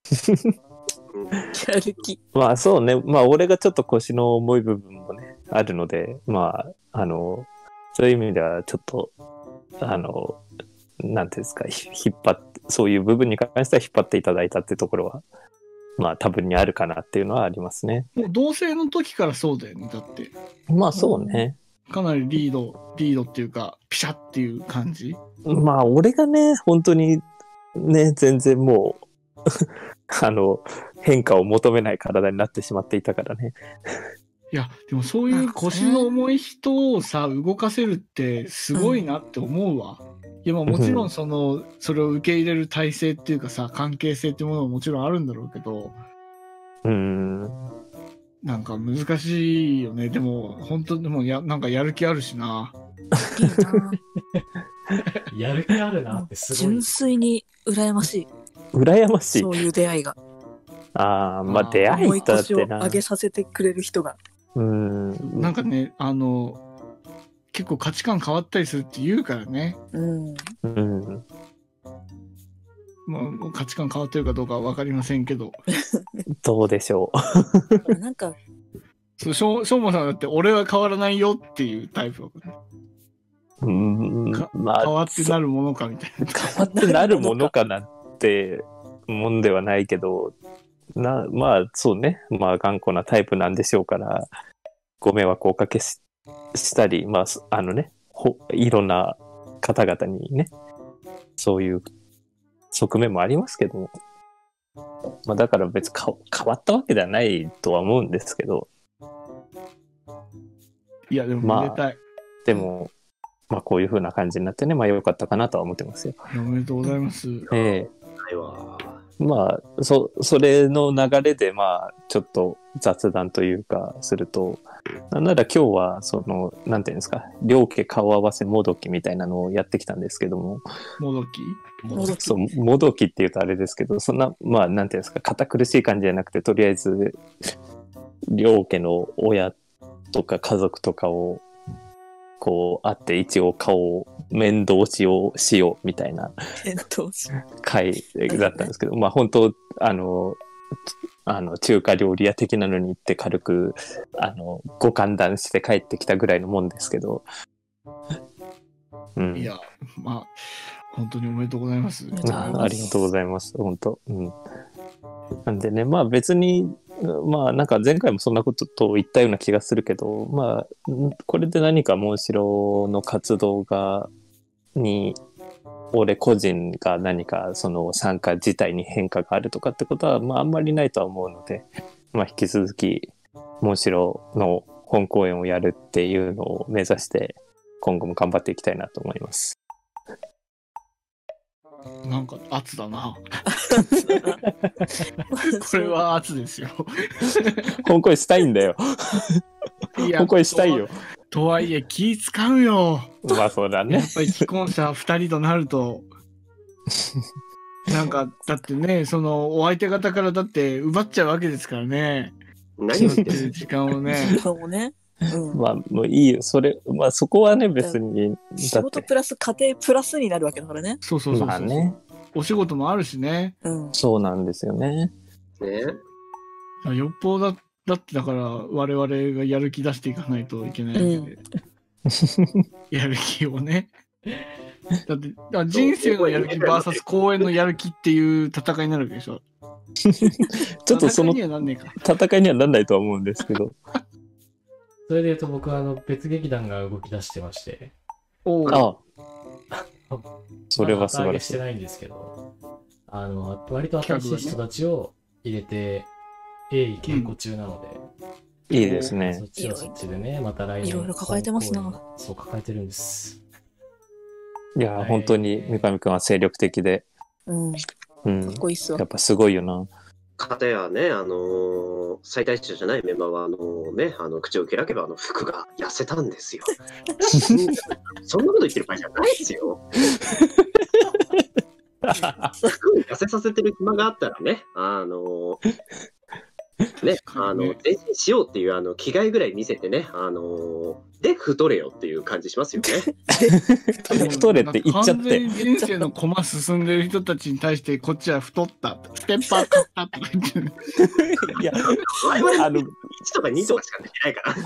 S4: やる気。
S2: まあそうね。まあ俺がちょっと腰の重い部分もね、あるので、まあ、そういう意味ではちょっと、なんていうんですか、引っ張って、そういう部分に関しては引っ張っていただいたっていうところは、まあ多分にあるかなっていうのはありますね。
S3: もう同棲の時からそうだよね、だって。
S2: まあそうね。
S3: かなりリードっていうか、ピシャっていう感じ。
S2: まあ俺がね、本当にね、全然もう、変化を求めない体になってしまっていたからね。
S3: いや、でもそういう腰の重い人をさ、動かせるってすごいなって思うわ。いや、まあもちろんそれを受け入れる体制っていうかさ、関係性っていうものももちろんあるんだろうけど、なんか難しいよね。でも、本当でもなんかやる気あるしな。
S4: いいな。
S1: やる気あるなってすごい
S4: 純。粋に羨ましい。
S2: 羨ましい
S4: そ。ういう出会いが。
S2: ああ、まあ出会
S4: 重い
S2: いだっ
S4: 腰を
S2: てな。
S4: 上げさせてくれる人が。
S3: なんかね、結構価値観変わったりするって言うからね。
S4: うん。
S2: うん。
S3: まあ、価値観変わってるかどうかは分かりませんけど。
S2: どうでしょ
S4: なんか、
S3: そう、しょうまさんだって俺は変わらないよっていうタイプだからね。
S2: う。まあ、
S3: 変わってなるものかみたいな。
S2: 変わってなるものかなってもんではないけど、まあそうね。まあ頑固なタイプなんでしょうから、ご迷惑をおかけしたり、まあいろんな方々にね、そういう側面もありますけども。まあだから別に変わったわけではないとは思うんですけど、
S3: いや、でもめでたい。
S2: でも、まあこういう風な感じになってね、まあ良かったかなとは思ってますよ。
S3: おめでとうございます。
S2: ええ
S5: ないわ。
S2: まあ、それの流れで、まあ、ちょっと雑談というか、すると、なんなら今日は、なんていうんですか、両家顔合わせもどきみたいなのをやってきたんですけども、
S3: もどき
S4: もどき
S2: そう、もどきって言うとあれですけど、そんな、まあ、なんていうんですか、堅苦しい感じじゃなくて、とりあえず、両家の親とか家族とかを、こう、会って一応面倒しようみたいな回だったんですけど、まあ本当、中華料理屋的なのに行って軽く、ご歓談して帰ってきたぐらいのもんですけど。うん。
S3: いや、まあ、本当におめでとうございます。
S2: ありがとうございます。本当。うん。なんでね、まあ別に、まあなんか前回もそんなことと言ったような気がするけど、まあ、これで何かモンシロの活動俺個人が何かその参加自体に変化があるとかってことは、まああんまりないとは思うので、まあ引き続き、モンシロの本公演をやるっていうのを目指して、今後も頑張っていきたいなと思います。
S3: なんか圧だな。これは圧ですよ。
S2: 本公演したいんだよ。本公演したいよ。
S3: とはいえ気使うよ。
S2: まあそうだね。
S3: やっぱり既婚者2人となると。なんかだってね、そのお相手方からだって奪っちゃうわけですからね。
S5: 何言ってる
S3: 時間をね。
S4: そうね。うん、
S2: まあもういいよ。まあそこはね別に。
S4: 仕事プラス家庭プラスになるわけだからね。
S3: そうそうそうそう。
S2: まあね。
S3: お仕事もあるしね。
S4: うん。
S2: そうなんですよね。
S5: ね。
S3: よっぽどだってだから我々がやる気出していかないといけないわけで。やる気をね。だって人生のやる気 VS 公演のやる気っていう戦いになるわけでしょ。
S2: ちょっとその
S3: 戦いにはなんねえか。
S2: 戦いにはなんないとは思うんですけど。
S1: それで言うと僕は別劇団が動き出してまして。
S3: あ
S2: あ。それは素晴らしい。
S1: してないんですけど、割と新しい人たちを入れて、鋭意稽古中なので。
S2: いいですね。
S1: そっちはそっちでね、また来年。
S4: いろいろ抱えてますな。
S1: そう、抱えてるんです。
S2: いや、本当に三上くんは精力的で。
S4: うん。かっこいいっすわ。
S2: やっぱすごいよな。
S5: かたやね、最大者じゃないメンバーは、口を開けば、服が痩せたんですよ。そんなこと言ってる場合じゃないですよ。服を痩せさせてる暇があったらね、前進しようっていう着替えぐらい見せてね、で、太れよっていう感じしますよね。
S2: 太れって言っちゃって。
S3: 完全に人生の駒進んでる人たちに対して、こっちは太った、ステッパー買ったとか言ってる。
S2: いや、
S5: 我々1とか2とかしかできないから。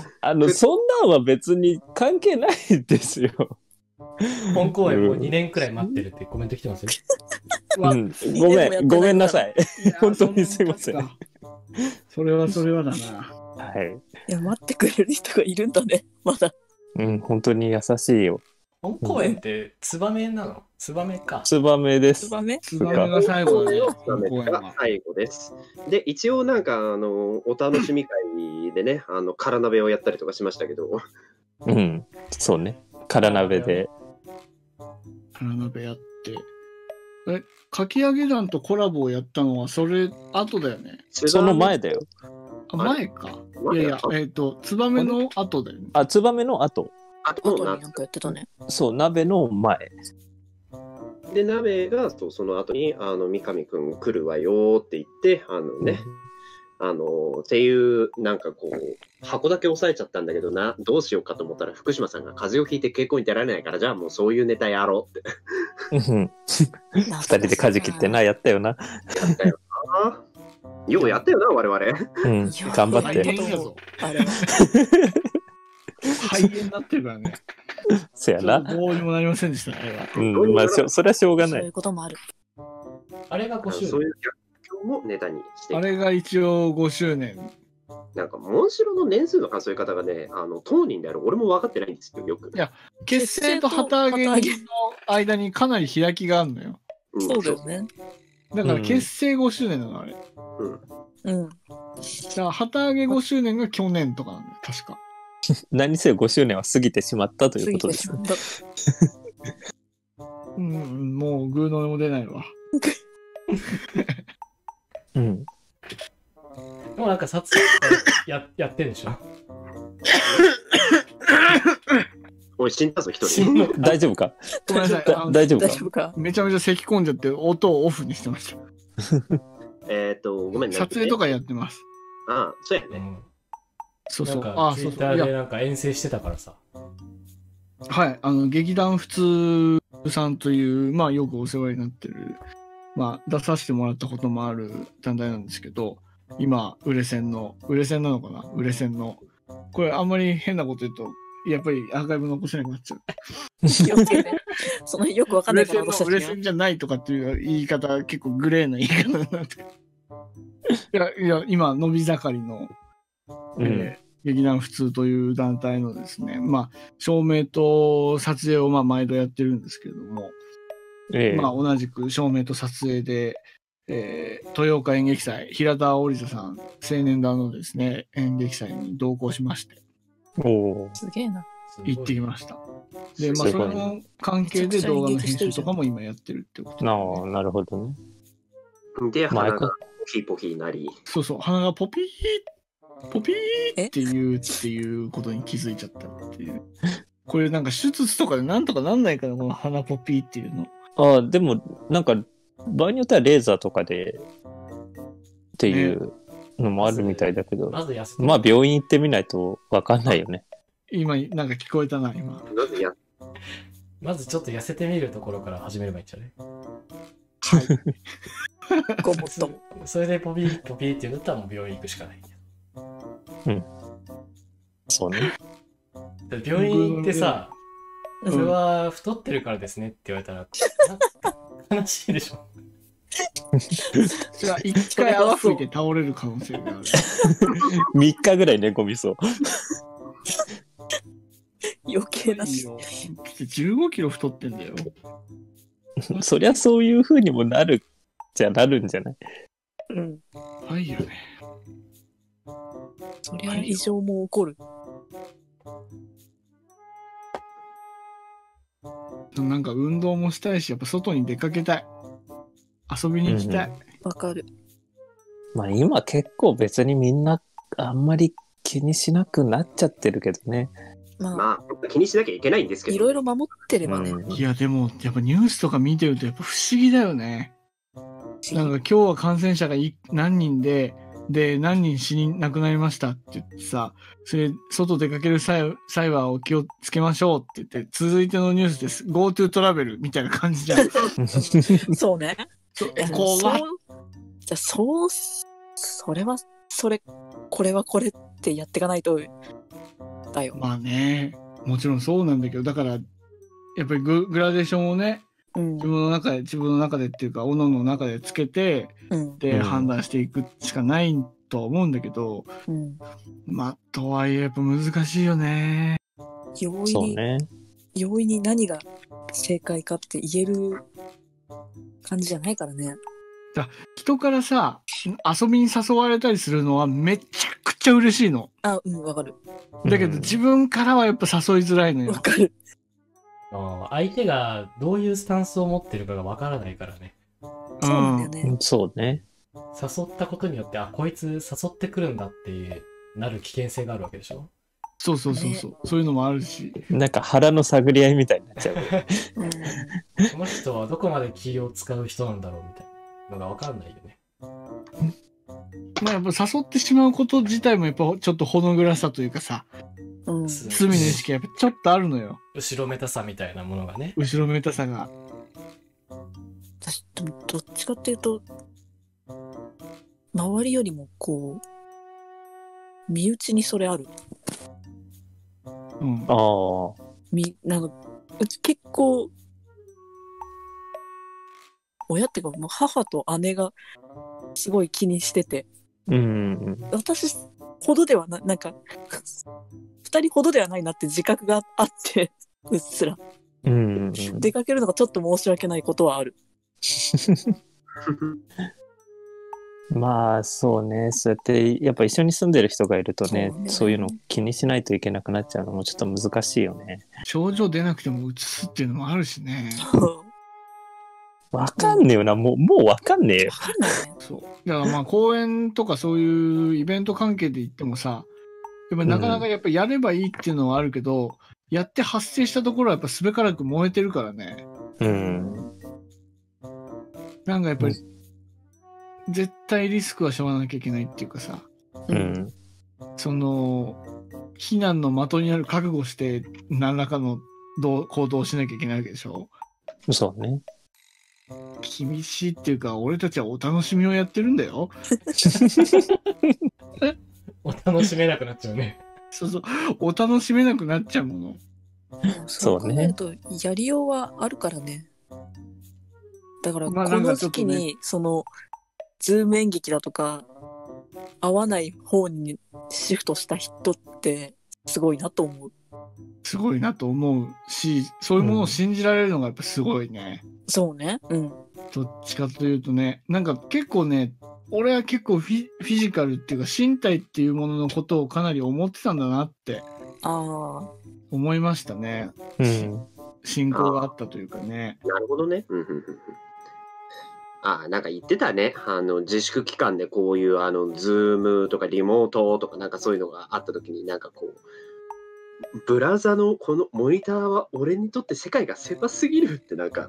S2: そんなんは別に関係ないですよ。
S1: 本公演も2年くらい待ってるってコメント来てますよ。
S2: ごめんなさい。本当にすいません。
S3: それはだな。
S2: はい。
S4: いや、待ってくれる人がいるんだね、まだ。
S2: うん、本当に優しいよ。
S1: 本公演ってツバメなの？ツバメか。
S2: ツバメです。
S4: ツバメ
S3: が最後だね。
S5: ツバメが最後です。で、一応なんか、お楽しみ会でね、空鍋をやったりとかしましたけど。
S2: うん、そうね。空鍋で。
S3: 空鍋やって。かき揚げ団とコラボをやったのは、それ後だよね。
S2: その前だよ。
S3: 前か。いやいや、ツバメの後だよね。
S2: あ、ツバメの後。
S4: 後になんかやってたね。
S2: そう、鍋の前。
S5: で、鍋が、その後に、三上くん来るわよって言って、っていう、なんかこう、箱だけ押さえちゃったんだけどな、どうしようかと思ったら、福島さんが風邪をひいて稽古に出られないから、じゃあもうそういうネタやろうって。
S2: 二人で舵切ってな、やったよな。
S5: やったよな。ようやったよな、我々。
S2: うん、頑張って。
S3: 肺炎になってるからね。
S2: そやな。
S3: どうにもなりませんでしたね。
S2: うん、まあ、それはしょうがない。
S4: そういうこともある。
S1: あれが5周年。
S5: そういう逆境もネタにして
S3: あれが一応5周年。
S5: なんか、モンシロの年数の数え方がね、当人である俺も分かってないんですよ、よく。
S3: いや、結成と旗揚げの間にかなり開きがあるのよ。
S4: そうだよね。
S3: だから結成5周年なの、あれ。
S4: うん。
S3: だから旗揚げ5周年が去年とかなんだよ、確か。
S2: 何せ5周年は過ぎてしまったということです。
S3: うん、もうグーの音も出ないわ。
S2: うん。
S1: でもなんか撮影とかやってんでしょ？
S5: 俺死んだぞ、一
S1: 死
S5: 人。
S1: んのか
S2: 大丈夫か？
S3: ごめんなさい。
S2: 大丈夫か？
S4: 大丈夫か？
S3: めちゃめちゃ咳込んじゃって音をオフにしてました。
S5: ごめんね。
S3: 撮影とかやってます。
S5: ああ、そうやね。
S1: うん。
S3: そうそう。
S1: なん
S3: ああ、
S1: かツイッター
S3: そうそう。いや、
S1: でなんか遠征してたからさ。
S3: はい。劇団普通さんという、まあよくお世話になってる、まあ出させてもらったこともある団体なんですけど、今、売れ線なのかな、売れ線の。これあんまり変なこと言うと、やっぱりアーカイブ残せなくなっちゃう。
S4: 余計ね。そのよくわかんないから私たちには
S3: 売れ線じゃないとかっていう言い方、結構グレーな言い方になって。いや、今、伸び盛りの、
S2: うん。
S3: 劇団普通という団体のですね、まあ、照明と撮影をまあ毎度やってるんですけれども、
S2: ええ。
S3: まあ、同じく照明と撮影で、豊岡演劇祭、平田織田さん、青年団のですね、演劇祭に同行しまして、
S2: おお。
S4: すげえな。
S1: すごい
S3: 行ってきました。で、まあ、
S2: すごい
S3: それの関係で動画の編集とかも今やってるってことで、
S2: ああ、なるほどね。
S5: で、
S2: まあ
S5: 鼻がポキポキなり。
S3: そうそう、鼻がポピーっていうことに気づいちゃったっていう。これなんか手術とかでなんとかなんないかな、この鼻ポピーっていうの。
S2: ああ、でも、なんか、場合によってはレーザーとかで、っていうのもあるみたいだけど、
S1: まず痩せて。
S2: まあ、病院行ってみないとわかんないよね。
S3: 今、なんか聞こえたな、今。
S5: なぜや、
S1: まずちょっと痩せてみるところから始めればいいんじゃない？
S4: ごもっとも。
S1: それでポピーポピーって言うんだったらもう病院行くしかない。
S2: そうね。
S1: だって病院行ってさ、
S3: うん
S1: それは太ってるからですねって言われたら、悲しいでしょ。
S3: じゃあ、一回泡吹いて倒れる可能性がある。
S2: 3日ぐらい寝込みそう。
S4: 余計なし。
S3: 15キロ太ってんだよ。
S2: そりゃそういう風にもなるじゃなるんじゃない？
S4: うん。
S3: はいよね。
S4: そりゃ異常も起こる。
S3: なんか運動もしたいし、やっぱ外に出かけたい。遊びに行きたい。
S4: わかる。
S2: まあ今結構別にみんなあんまり気にしなくなっちゃってるけどね。
S4: まあ、
S5: まあ、気にしなきゃいけないんですけど。
S4: いろいろ守ってればね。
S2: うん
S3: いや、でも、やっぱニュースとか見てると、やっぱ不思議だよね。なんか今日は感染者が何人で、何人亡くなりましたって言ってさ、それ、外出かける際はお気をつけましょうって言って、続いてのニュースです。GoTo トラベルみたいな感じじゃん。
S4: そうね。
S3: そう
S4: いや
S3: こうわ
S4: そうじゃあそれはそれ、これはこれってやっていかないとだよ。
S3: まあね、もちろんそうなんだけど、だから、やっぱりグラデーションをね、
S4: うん
S3: 自分の中でっていうか、おのの中でつけて、
S4: うん
S3: で、
S2: うん
S3: 判断していくしかないとは思うんだけど、
S4: うん。
S3: まあ、とはいえ、やっぱ難しいよね。
S4: 容易に、
S2: そうね。
S4: 容易に何が正解かって言える感じじゃないからね。
S3: 人からさ、遊びに誘われたりするのはめちゃくちゃ嬉しいの。
S4: あ、うん、わかる。
S3: だけど、自分からはやっぱ誘いづらいのよ
S4: わ。かる。
S1: 相手がどういうスタンスを持ってるかがわからないからね。
S4: そうなんだよね。
S2: そうね。
S1: 誘ったことによって、あ、こいつ誘ってくるんだっていうなる危険性があるわけでしょ。
S3: そう。そういうのもあるし。
S2: なんか腹の探り合いみたいになっちゃう。
S4: うん。
S1: この人はどこまで気を使う人なんだろうみたいなのがわかんないよね。
S3: まあやっぱ誘ってしまうこと自体もやっぱちょっとほの暗さというかさ、
S4: うん。
S3: 罪の意識がやっぱちょっとあるのよ。
S1: 後ろめたさみたいなものがね。
S3: 後ろめたさが。
S4: 私、でもどっちかっていうと、周りよりもこう、身内にそれある。
S3: うん。
S2: ああ。
S4: うち結構、親っていうかもう母と姉がすごい気にしてて、
S2: うん。
S4: 私ほどではなんか、二人ほどではないなって自覚があって、うっすら。
S2: うん。
S4: 出かけるのがちょっと申し訳ないことはある。
S2: まあそうね。そうやってやっぱ一緒に住んでる人がいるとね、
S4: そうね
S2: そういうの気にしないといけなくなっちゃうのもちょっと難しいよね。
S3: 症状出なくても移すっていうのもあるしね。
S2: わかんねえよな。もうわかんねえよ。
S4: わかんないね。
S3: そう。だからまあ公演とかそういうイベント関係で言ってもさ、やっぱなかなかやっぱやればいいっていうのはあるけど、やって発生したところはやっぱすべからく燃えてるからね。
S2: うん。
S3: なんかやっぱり、絶対リスクはしょわなきゃいけないっていうかさ、
S2: うん。
S3: その、避難の的になる覚悟して何らかの行動をしなきゃいけないわけでしょ。
S2: そうね。
S3: 厳しいっていうか、俺たちはお楽しみをやってるんだよ。
S1: お楽しめなくなっちゃうね。
S3: そうそう、お楽しめなくなっちゃうもの。
S4: そう考えると、やりようはあるからね。だから、こ
S3: まあなん
S4: の
S3: かちょっとね
S4: 時期に、その、ズーム演劇だとか、合わない方にシフトした人って、すごいなと思う。
S3: すごいなと思うし、そういうものを信じられるのがやっぱすごいね。
S4: そうね。うん。
S3: どっちかというとね、なんか結構ね、俺は結構フィジカルっていうか身体っていうもののことをかなり思ってたんだなって
S4: あ
S3: 思いましたね。
S2: うん。
S3: 信仰があったというかね。
S5: なるほどね。なんか言ってたね。自粛期間でこういう、ズームとかリモートとかなんかそういうのがあった時になんかこう、ブラウザのこのモニターは俺にとって世界が狭すぎるってなんか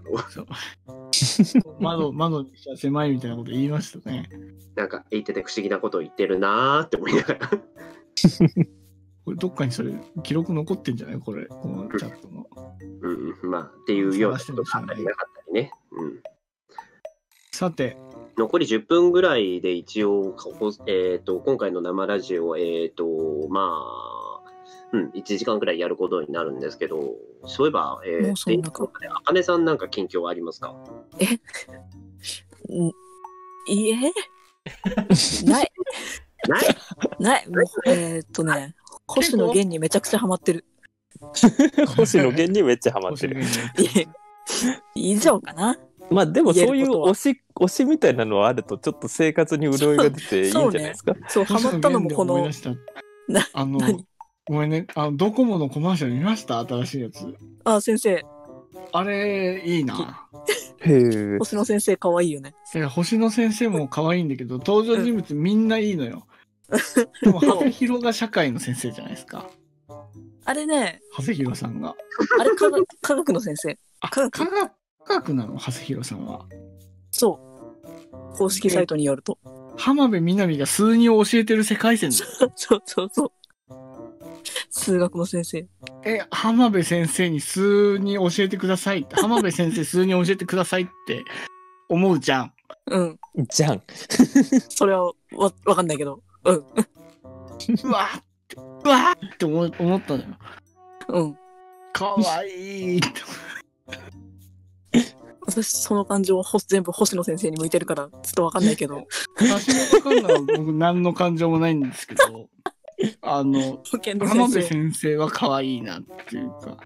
S3: 窓にしちゃ狭いみたいなこと言いましたね。
S5: なんか言ってて不思議なことを言ってるなーって思いながら。
S3: これどっかにそれ記録残ってんじゃないこれ、このチャットの。
S5: まあっていうようなことがあったりなかったりね。
S3: さて、
S5: 残り10分ぐらいで一応、今回の生ラジオ、1時間ぐらいやることになるんですけど、そういえば、
S4: もうそんなか
S5: あかねさんなんか近況はありますか？
S4: いえない。
S5: ない
S4: ない。もう、星野源にめちゃくちゃハマってる。
S2: 星野源にめっちゃハマってる。
S4: 以上かな。
S2: まあでもそういう推しみたいなのはあるとちょっと生活に潤いが出ていいんじゃないですか。
S4: そうハマったのもこの
S3: ごめんね、ドコモのコマーシャル見ました？新しいやつ。
S4: あ、先生。
S3: あれいいな。
S2: へえ。
S4: 星野先生可愛いよね。
S3: 星野先生も可愛いんだけど、登場人物みんないいのよ。でも長谷博が社会の先生じゃないですか。
S4: あれね。
S3: 長谷博さんが。
S4: あれ科学の先生。
S3: 科学なの長谷博さんは。
S4: そう公式サイトによると
S3: 浜辺美波が数人を教えてる世界線だよ。
S4: そう数学の先生。
S3: 浜辺先生に数人教えてくださいって浜辺先生数人教えてくださいって思うじゃん。
S2: じゃん。
S3: そ
S4: れはわかんないけどう
S3: わーって思ったのよ。かわいいって
S4: 私その感情は全部星野先生に向いてるからちょっとわかんないけど
S3: 橋本環奈は僕何の感情もないんですけど浜辺先生は可愛いなっていうか、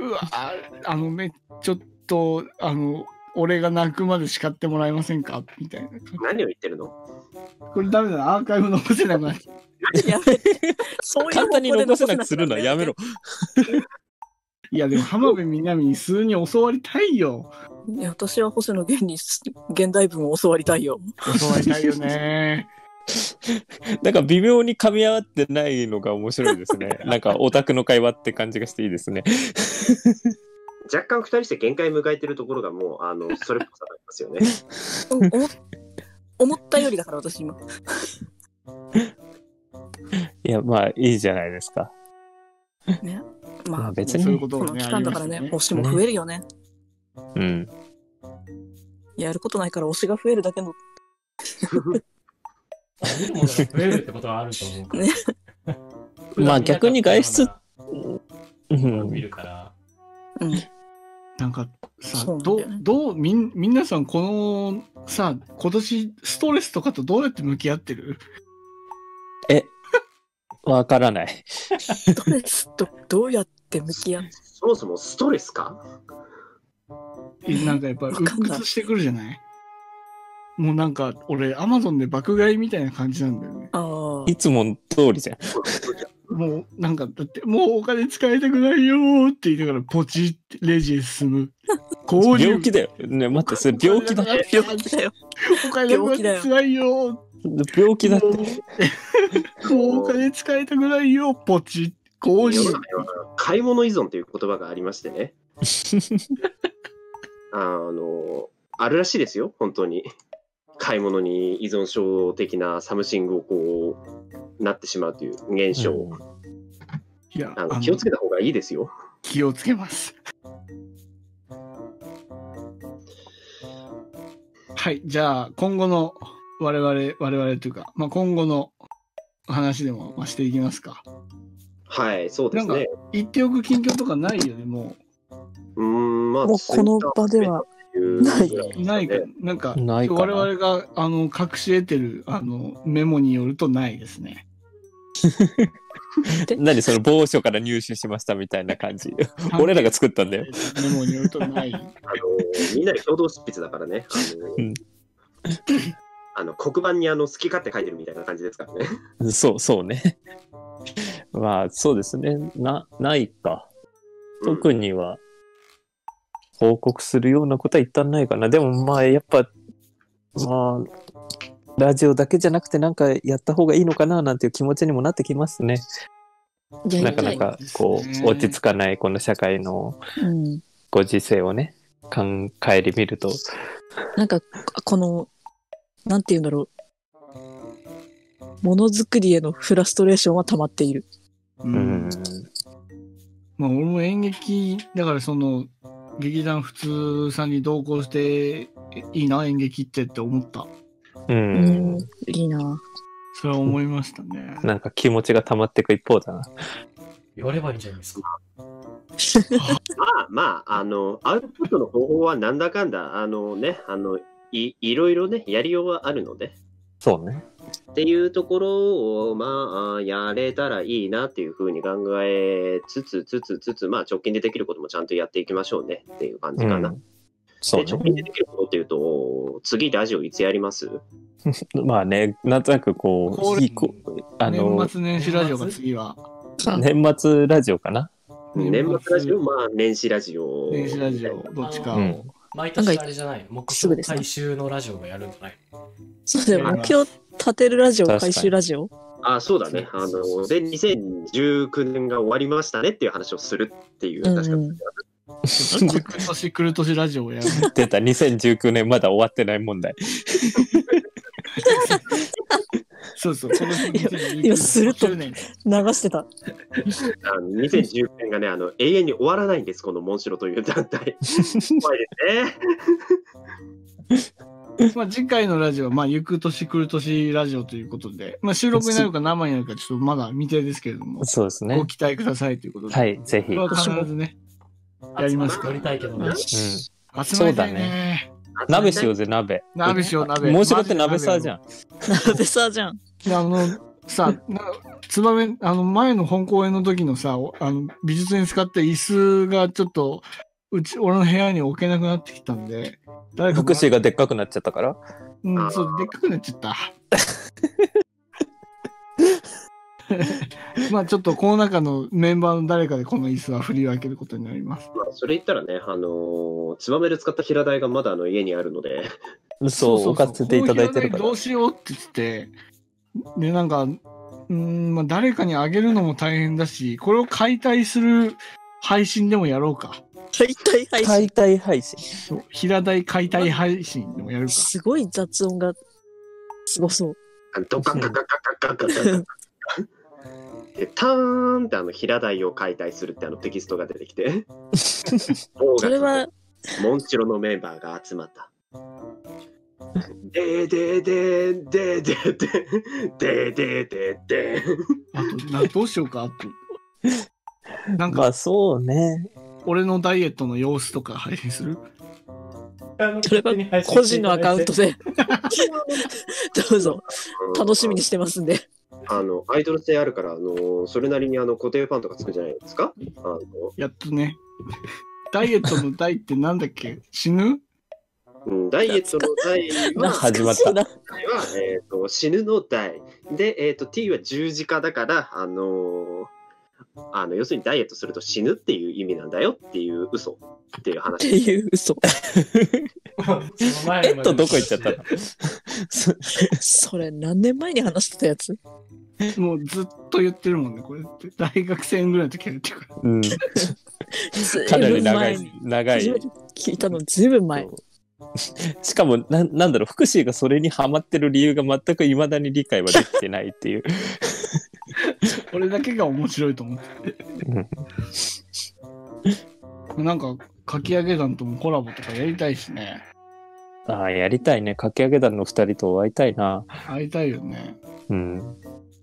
S3: ちょっと俺が泣くまで叱ってもらえませんかみたいな。
S5: 何を言ってるの？
S3: これダメだな、アーカイブ残せなくなっちゃう。
S4: やめて。そういう
S2: 簡単に残せなくするのはやめろ。
S3: いやでも浜辺美波に数人教わりたいよ。
S4: いや私は星野源に現代文を教わりたいよ。
S3: 教わりたいよね。
S2: なんか微妙に噛み合ってないのが面白いですね。なんかオタクの会話って感じがしていいですね。
S5: 若干2人して限界迎えてるところがもうそれっぽさがありますよね。
S4: 思ったよりだから私今。
S2: いやまあいいじゃないですか。
S4: ね。まあ
S2: 別に
S3: そういうこと
S4: この期間だからね推しも増えるよね。やることないから推しが増えるだけの。
S1: 見るものが増えるってことはあると思うから。ね、
S2: まあ逆に外出
S1: 見るから。
S3: なんかさ、皆さんこのさ今年ストレスとかとどうやって向き合ってる？
S2: わからない。
S4: ストレスとどうやって向き合う？
S5: そもそもストレスか？
S3: なんかやっぱ鬱屈してくるじゃない？もうなんか俺アマゾンで爆買いみたいな感じなんだよね。
S2: いつも通りじゃ
S3: ん。もうなんかだってもうお金使いたくないよーって言いながらポチってレジへ進む。 購入。
S2: 病気だよ。ね、待って、それ病気だって。
S4: 病気だよ。
S3: お金が辛いよ。
S2: 病気だって。
S3: もうお金使いたくないよ。ポチ。購入。
S5: 買い物依存という言葉がありましてね。あるらしいですよ、本当に。買い物に依存症的なサムシングをこうなってしまうという現象。
S3: いや、
S5: 気をつけた方がいいですよ。
S3: 気をつけます。はい、じゃあ今後の我々というか、まあ、今後の話でもしていきますか。
S5: はい、そうですね。
S3: なんか言っておく近況とかないよね、も
S5: う。まあ、
S4: もうこの場では
S3: ないか、なんか
S2: ないかな。
S3: 我々が隠し得てるメモによるとないですね。
S2: 何その某所から入手しましたみたいな感じ。俺らが作ったんだよ。
S3: メモによるとない。
S5: みんなで共同執筆だからね。黒板に好き勝手書いてるみたいな感じですからね。
S2: そうね。まあそうですね。ないか。特には報告するようなことは一旦ないかな。でもまあやっぱまあラジオだけじゃなくてなんかやった方がいいのかななんていう気持ちにもなってきますね。なかなかこう落ち着かないこの社会のご時世をね、顧みると、
S4: なんかこのなんていうんだろう、ものづくりへのフラストレーションは溜まっている。
S3: まあ俺も演劇だからその劇団普通さんに同行していいな演劇って思った。
S4: いいな。
S3: それは思いましたね。
S2: なんか気持ちが溜まっていく一方だな。
S1: 言わればいいんじゃないですか。
S5: まあ、アウトプットの方法はなんだかんだ、いろいろね、やりようはあるので。
S2: そうね。
S5: っていうところを、まあ、やれたらいいなっていうふうに考えつつ、まあ、直近でできることもちゃんとやっていきましょうねっていう感じかな。
S2: そうね。
S5: 直近でできることっていうと、次ラジオいつやります？
S2: まあね、なんとなくこう、
S3: 年末年始ラジオが次は。
S2: 年末ラジオかな。
S5: 年末ラジオ、まあ年始ラジオ。
S3: 年始ラジオ、どっちか。
S1: 毎年あれじゃない目標回収のラジオがやるんじゃない？
S4: そうだよ、目標立てるラジオ、回収ラジオ。
S5: そうだね。で、2019年が終わりましたねっていう話をするっていう、確かに。
S3: 来る年ラジオをやる。
S2: 出た、2019年まだ終わってない問題。
S3: そう、この
S4: 今すると流してた。
S5: 2019年がね、永遠に終わらないんです、このモンシロという団体。怖いです
S3: ね。まあ次回のラジオは、まあ、行く年来る年ラジオということで、まあ収録になるか生になるかちょっとまだ未定ですけれども、
S2: そうですね。
S3: ご期待くださいということで。
S2: はい、ぜひ。
S3: 必ずね、やりますから。
S1: やりたいけどね。
S3: 集まりたいね。
S2: 鍋しようぜ、鍋。
S3: 鍋しよう、鍋。
S2: もうしろって鍋サーじゃん。
S4: 鍋サーじゃん。
S3: さ、ツバメ、前の本公演の時のさ、美術に使った椅子がちょっと、俺の部屋に置けなくなってきたんで、
S2: 福祉がでっかくなっちゃったから。
S3: そう、でっかくなっちゃった。まあちょっとこの中のメンバーの誰かでこの椅子は振り分けることになります。
S5: まあ、それ言ったらね、ツバメで使った平台がまだ家にあるので。
S2: そう、置かせていただいてるから。
S3: どうしようって言って、で、なんか、まあ誰かにあげるのも大変だし、これを解体する配信でもやろうか。
S2: 解体配信。
S3: そう、平台解体配信でもやるか。
S4: すごい雑音がすごそう。
S5: ドカンカカカカカカカでターンって平台を解体するってテキストが出てきて
S4: それは
S5: モンチロのメンバーが集まったででででででででで
S3: あとどうしようか。あとなんか
S2: まあそうね。
S3: 俺のダイエットの様子とか配信する？
S4: それは個人のアカウントでどうぞ楽しみにしてますんで。
S5: アイドル性あるから、それなりに固定ファンとかつくんじゃないですか？
S3: やっとね。ダイエットのダイってなんだっけ？死ぬ？
S5: ダイエットのダイは
S2: 始まった。
S5: 死ぬのダイ。で、T は十字架だから、要するにダイエットすると死ぬっていう意味なんだよっていう嘘。 っていう
S4: って
S5: 話。
S4: いう嘘。
S1: その前まで
S2: どこ行っちゃったの？
S4: それ何年前に話してたやつ？
S3: もうずっと言ってるもんね、これって。大学生ぐらいの時やるっていうから。
S2: うん。
S4: ず
S2: かなり
S4: いぶん前に。
S2: 長い
S4: 初。めて聞いたのずいぶん前。
S2: しかもなんだろう、福祉がそれにハマってる理由が全く未だに理解はできてないっていう。
S3: 俺だけが面白いと思ってて。なんか、かき上げ団ともコラボとかやりたいしね。
S2: ああ、やりたいね。かき上げ団の二人と会いたいな。
S3: 会いたいよね。
S2: うん。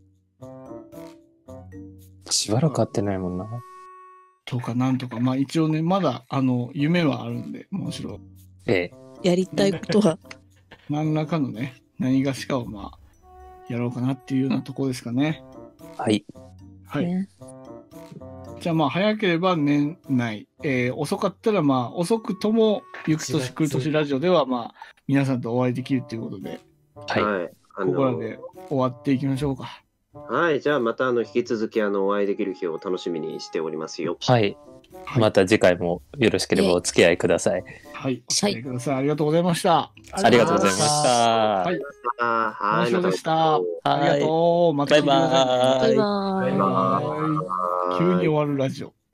S2: しばらく会ってないもんな。
S3: とかなんとか。まあ一応ね、まだ、夢はあるんで、もちろん。
S2: ええ。
S4: やりたいことは。
S3: 何らかのね、何がしかをまあ、やろうかなっていうようなところですかね。
S2: はい。
S3: はい。
S4: ね
S3: じゃあまあ早ければ年内、遅かったらまあ遅くとも行く年来る年ラジオではまあ皆さんとお会いできるということで、
S2: はい。
S5: はい。
S3: ここらで終わっていきましょうか。
S5: はい。じゃあまた引き続きお会いできる日を楽しみにしておりますよ。
S2: はい。
S3: はい、
S2: また次回もよろしければお付き合いください。
S3: はい、お付き合いください。ありがとうございました。
S2: ありがとうございました。
S3: はい、
S5: はい。
S3: 面白でした。ありが
S2: はい。
S3: とう。また聞いてくださいね。
S4: バイバーイ。
S5: バイバーイ。
S3: 急に終わるラジオ。